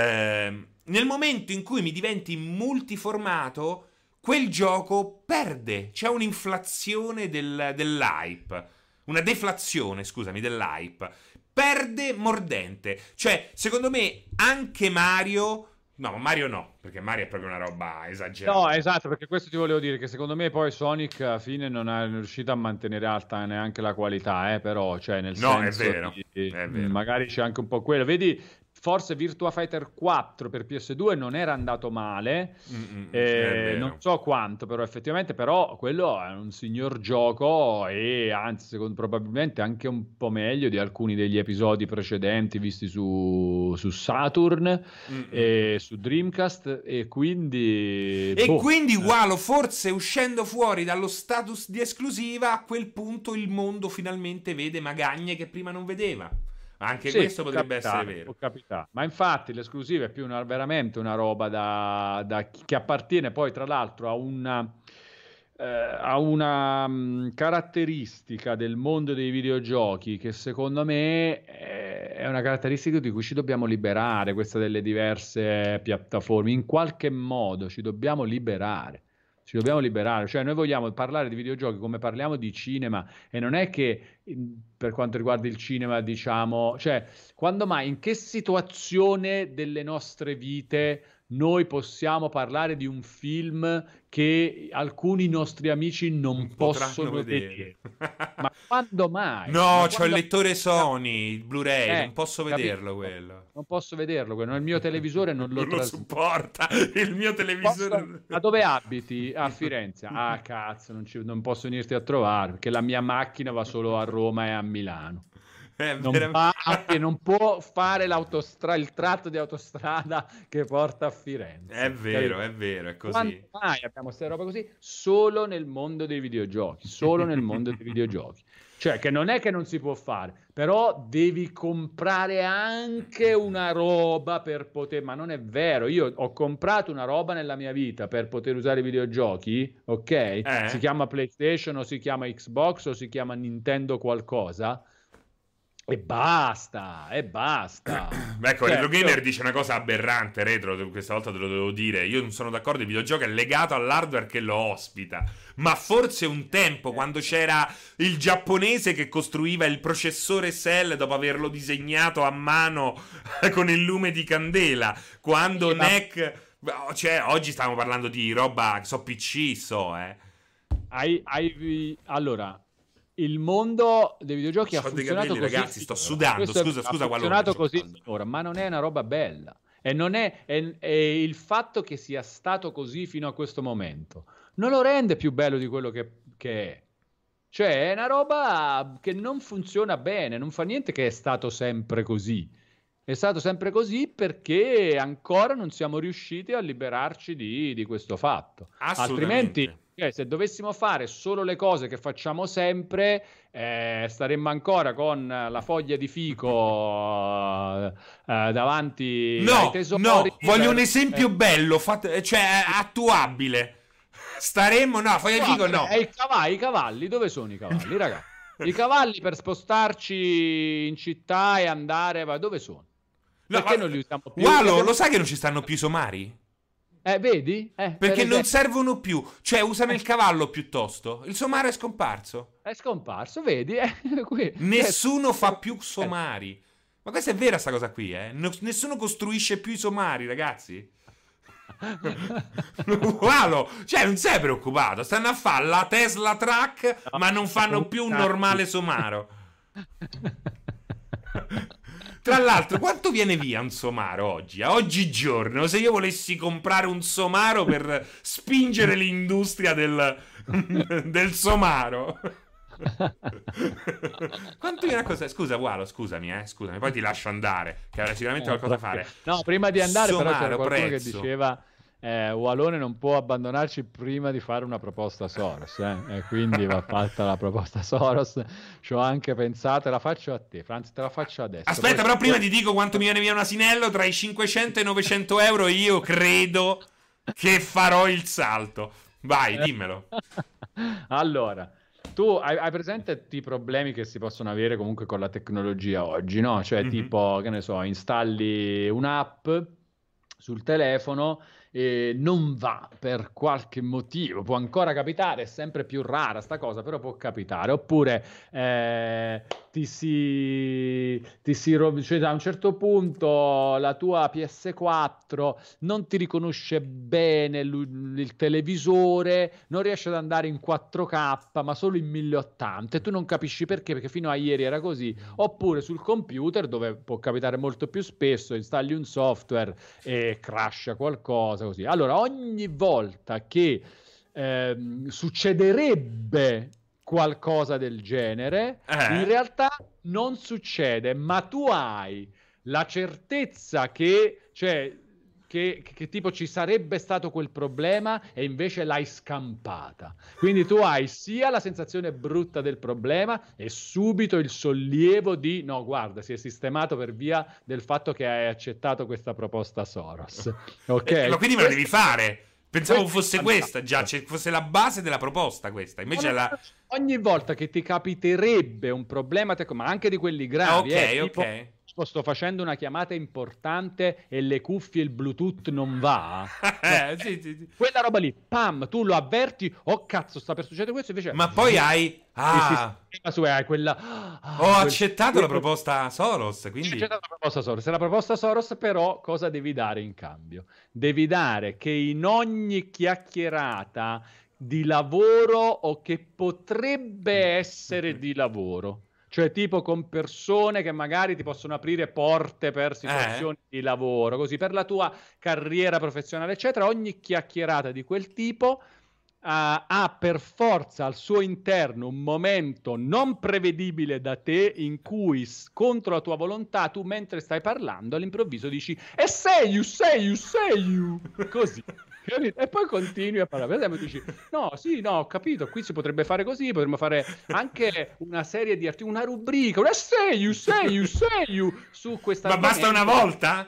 Eh, nel momento in cui mi diventi multiformato, quel gioco perde, c'è un'inflazione del, dell'hype, una deflazione, scusami, dell'hype, perde mordente. Cioè, secondo me, anche Mario... No, Mario no, perché Mario è proprio una roba esagerata. No, esatto, perché questo ti volevo dire, che secondo me poi Sonic alla fine non è riuscito a mantenere alta neanche la qualità, eh, però, cioè nel No, è senso vero, di- è vero. magari c'è anche un po' quello. Vedi, forse Virtua Fighter quattro per P S due non era andato male, Mm, mm, eh, è vero. non so quanto, però effettivamente, però quello è un signor gioco e anzi, secondo, probabilmente anche un po' meglio di alcuni degli episodi precedenti visti su, su Saturn Mm, mm. e su Dreamcast, e quindi E boh, quindi, eh, Walo, forse uscendo fuori dallo status di esclusiva, a quel punto il mondo finalmente vede magagne che prima non vedeva. Anche sì, questo può potrebbe capitare, essere vero. può capitare. Ma infatti l'esclusiva è più una, veramente una roba da, da chi- che appartiene poi tra l'altro a una, eh, a una mh, caratteristica del mondo dei videogiochi che secondo me è, è una caratteristica di cui ci dobbiamo liberare, questa delle diverse piattaforme. In qualche modo ci dobbiamo liberare. Ci dobbiamo liberare, cioè noi vogliamo parlare di videogiochi come parliamo di cinema, e non è che in- per quanto riguarda il cinema diciamo, cioè quando mai, in che situazione delle nostre vite noi possiamo parlare di un film che alcuni nostri amici non Non potranno possono vedere. vedere? Ma quando mai? No, Ma c'ho il quando- lettore Sony, il Blu-ray, Eh, non posso capito? vederlo quello. Non posso vederlo, quello. Il mio televisore non lo Non lo trasmette. supporta, il mio televisore... Posso- Ma dove abiti? A Firenze. Ah, cazzo, non, ci- non posso venirti a trovare perché la mia macchina va solo a Roma e a Milano. È Non, vera- va a- e non può fare l'autostra- il tratto di autostrada che porta a Firenze. È vero, Capito? è vero, è così. Quando mai abbiamo questa roba così? Solo nel mondo dei videogiochi, solo nel mondo dei videogiochi. Cioè che non è che non si può fare, però devi comprare anche una roba per poter... Ma non è vero, io ho comprato una roba nella mia vita per poter usare i videogiochi, ok? Eh? Si chiama PlayStation o si chiama Xbox o si chiama Nintendo qualcosa. E basta, e basta. Beh, ecco, Cioè, Retro Gamer io- dice una cosa aberrante, Retro, questa volta te lo devo dire. Io non sono d'accordo, il videogioco è legato all'hardware che lo ospita. Ma forse un tempo, quando c'era il giapponese che costruiva il processore Cell dopo averlo disegnato a mano con il lume di candela, quando Sì, ma- N E C... Cioè, oggi stiamo parlando di roba, so P C, so, eh. Hai, hai- allora, il mondo dei videogiochi ha C'ho dei funzionato capelli, così. ragazzi, sto finora. sudando, Questo è- scusa, ha scusa, Wallone, funzionato sto così sudando. finora, ma non è una roba bella. E non è, è- è il fatto che sia stato così fino a questo momento non lo rende più bello di quello che, che è. Cioè, è una roba che non funziona bene, non fa niente che è stato sempre così. È stato sempre così perché ancora non siamo riusciti a liberarci di, di questo fatto. Assolutamente. Altrimenti, eh, se dovessimo fare solo le cose che facciamo sempre, eh, staremmo ancora con la foglia di fico eh, davanti ai No, tesori. no, voglio un per- esempio eh, bello, fat- cioè attuabile. Staremmo, no, foglia di figo no. E i cavalli, i cavalli, dove sono i cavalli, ragazzi? I cavalli per spostarci in città e andare, ma dove sono? No, Perché ma- non li usiamo più? Walo, Li abbiamo- lo sai che non ci stanno più i somari? Eh, vedi? Eh, per Perché non esempio, servono più, cioè usano il cavallo piuttosto. Il somaro è scomparso. è scomparso, vedi? Eh, qui- Nessuno eh, fa più somari. Ma questa è vera sta cosa qui, eh? No- nessuno costruisce più i somari, ragazzi. Ugualo, cioè non sei preoccupato, stanno a fare la Tesla Truck, no, ma non fanno più un normale Somaro. Tra l'altro, quanto viene via un Somaro oggi? A oggigiorno, se io volessi comprare un Somaro per spingere l'industria del, del Somaro, quanto viene a costare? Scusa, Walo, scusami, eh, scusami, poi ti lascio andare, che avrai sicuramente qualcosa da fare. No, prima di andare, Somaro, però c'era qualcuno prezzo. che diceva... Eh, Walone non può abbandonarci prima di fare una proposta a Soros, eh? E quindi va fatta la proposta a Soros. Ci ho anche pensato, e la faccio a te, Franz, te la faccio adesso. Aspetta, Poi... però prima ti dico quanto mi viene via un asinello, tra i cinquecento e i novecento euro io credo che farò il salto. Vai, dimmelo. Allora, tu hai, hai presente tutti i problemi che si possono avere comunque con la tecnologia oggi, no? Cioè mm-hmm. tipo, che ne so, installi un'app sul telefono e non va per qualche motivo, può ancora capitare, è sempre più rara sta cosa, però può capitare. Oppure eh, ti si, ti si cioè, a un certo punto la tua P S quattro non ti riconosce bene il, il televisore, non riesce ad andare in quattro K ma solo in mille ottanta e tu non capisci perché, perché fino a ieri era così. Oppure sul computer, dove può capitare molto più spesso, installi un software e crasha qualcosa così. Allora, ogni volta che ehm, succederebbe qualcosa del genere, eh. in realtà non succede, ma tu hai la certezza che, cioè, che, che tipo ci sarebbe stato quel problema e invece l'hai scampata. Quindi tu hai sia la sensazione brutta del problema e subito il sollievo di no, guarda, si è sistemato per via del fatto che hai accettato questa proposta Soros. Ok? Eh, ma quindi me la devi fare. Pensavo fosse questa già, cioè fosse la base della proposta questa. Invece no, no, la... ogni volta che ti capiterebbe un problema, ma anche di quelli gravi, ah, ok, eh, tipo, ok. sto facendo una chiamata importante e le cuffie, il Bluetooth non va. eh, sì, sì, sì. Quella roba lì, pam, tu lo avverti, oh cazzo, sta per succedere questo, invece... Ma poi hai... Ah, su, hai quella... ah, ho quel... accettato la proposta Soros, quindi... Ho accettato la proposta Soros. Se la proposta Soros, però, cosa devi dare in cambio? Devi dare che in ogni chiacchierata di lavoro o che potrebbe essere di lavoro, cioè tipo con persone che magari ti possono aprire porte per situazioni eh. di lavoro, così per la tua carriera professionale, eccetera, ogni chiacchierata di quel tipo uh, ha per forza al suo interno un momento non prevedibile da te in cui contro la tua volontà tu mentre stai parlando all'improvviso dici e sei you, sei you, sei you, così. E poi continui a parlare. Per esempio dici no, sì, no, ho capito, qui si potrebbe fare così, potremmo fare anche una serie di articoli, una rubrica, una say you, say you, say you su questa... Ma basta una volta?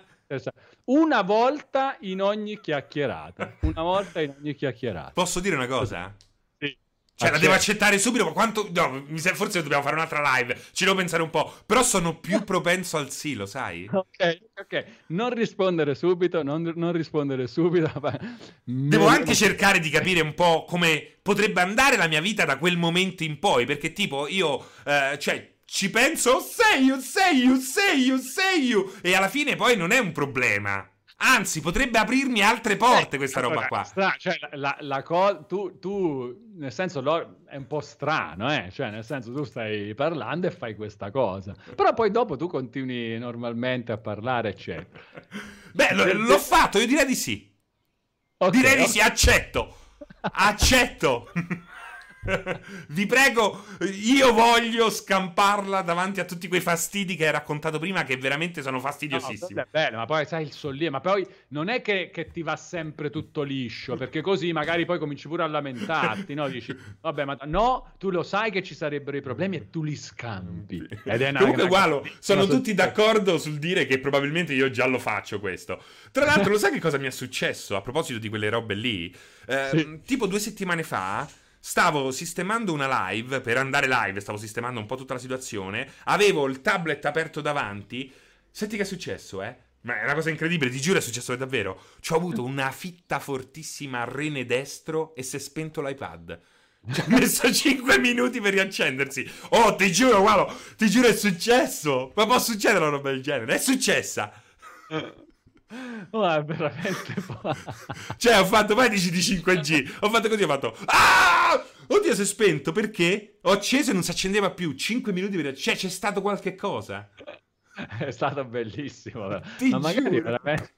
Una volta in ogni chiacchierata. Una volta in ogni chiacchierata. Posso dire una cosa? Sì. Cioè, la devo accettare subito, ma quanto... No, forse dobbiamo fare un'altra live, ci devo pensare un po'. Però sono più propenso al sì, lo sai? Ok, ok. Non rispondere subito, non, non rispondere subito. Devo anche cercare di capire un po' come potrebbe andare la mia vita da quel momento in poi, perché tipo io, eh, cioè... ci penso, say you, say you, say you, say you, e alla fine poi non è un problema. Anzi, potrebbe aprirmi altre porte eh, questa roba qua. Stra- cioè, la, la cosa, tu, tu, nel senso, lo, è un po' strano, eh? Cioè, nel senso, tu stai parlando e fai questa cosa. Però poi dopo tu continui normalmente a parlare, eccetera. Beh, l- l'ho fatto, io direi di sì. Okay, direi okay. di sì, accetto. Accetto. Vi prego, io voglio scamparla davanti a tutti quei fastidi che hai raccontato prima, che veramente sono fastidiosissimi. No, è bello, ma poi sai il sollievo, ma poi non è che, che ti va sempre tutto liscio, perché così magari poi cominci pure a lamentarti, no? Dici, vabbè, ma no, tu lo sai che ci sarebbero i problemi e tu li scampi. Ed è una, Comunque, una... Walo, sono tutti d'accordo sul dire che probabilmente io già lo faccio questo. Tra l'altro, lo sai che cosa mi è successo a proposito di quelle robe lì? Eh, sì. Tipo due settimane fa stavo sistemando una live, per andare live, stavo sistemando un po' tutta la situazione, avevo il tablet aperto davanti, senti che è successo, eh? Ma è una cosa incredibile, ti giuro è successo davvero. Ci ho avuto una fitta fortissima al rene destro e si è spento l'iPad. Ci ha messo cinque minuti per riaccendersi. Oh, ti giuro, guarda, ti giuro è successo. Ma può succedere una roba del genere? È successa. Oh, è veramente cioè ho fatto, poi dici di cinque G, ho fatto così, ho fatto ah! Oddio, si è spento, perché? Ho acceso e non si accendeva più, cinque minuti per... cioè c'è stato qualche cosa. È stato bellissimo. Ti Ma magari giuro. veramente...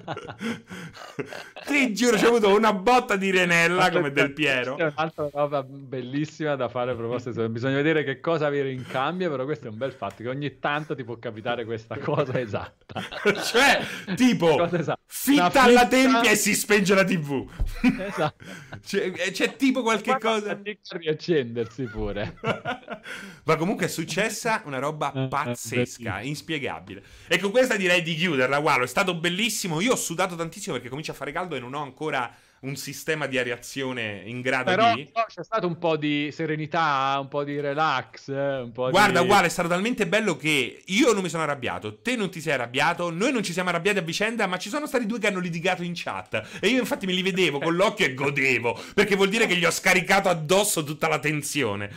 Ti giuro, c'è avuto una botta di Renella come Del Piero. È un'altra roba bellissima da fare a proposito. Bisogna vedere che cosa avere in cambio, però questo è un bel fatto, che ogni tanto ti può capitare questa cosa esatta. Cioè, tipo, esatta. fitta alla tempia e si spenge la tivù. Esatto. C'è, c'è tipo qualche cosa... a riaccendersi pure. Ma comunque è successa una roba pazzesca, inspiegabile. E con questa direi di chiuderla. Wow, è stato bellissimo. Io ho sudato tantissimo perché comincia a fare caldo e non ho ancora un sistema di areazione in grado Però di... no, c'è stato un po' di serenità, un po' di relax, un po' Guarda, di... guarda, è stato talmente bello che io non mi sono arrabbiato, te non ti sei arrabbiato, noi non ci siamo arrabbiati a vicenda, ma ci sono stati due che hanno litigato in chat. E io infatti me li vedevo con l'occhio e godevo, perché vuol dire che gli ho scaricato addosso tutta la tensione.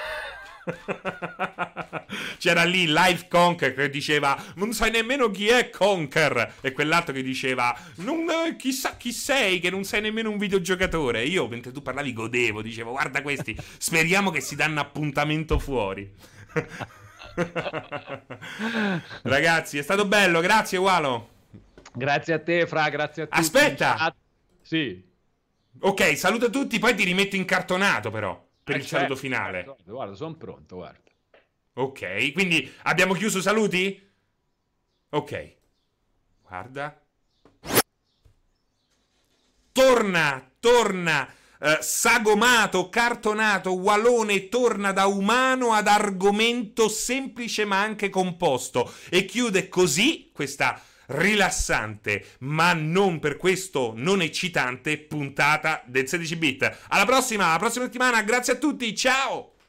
C'era lì Live Conker che diceva non sai nemmeno chi è Conker, e quell'altro che diceva non, eh, chissà chi sei, che non sei nemmeno un videogiocatore. Io mentre tu parlavi godevo, dicevo guarda questi, speriamo che si danno appuntamento fuori. Ragazzi, è stato bello, grazie Walo. Grazie a te, Fra, grazie a tutti. Aspetta, sì, ok, saluta tutti, poi ti rimetto incartonato però per eh, il saluto certo, finale. certo. Guarda, sono pronto, guarda. Ok, quindi abbiamo chiuso i saluti? Ok. Guarda. Torna, torna, eh, sagomato, cartonato, Walone torna da umano ad argomento semplice ma anche composto. E chiude così questa rilassante, ma non per questo non eccitante puntata del sedici bit. Alla prossima, alla prossima settimana, grazie a tutti, ciao!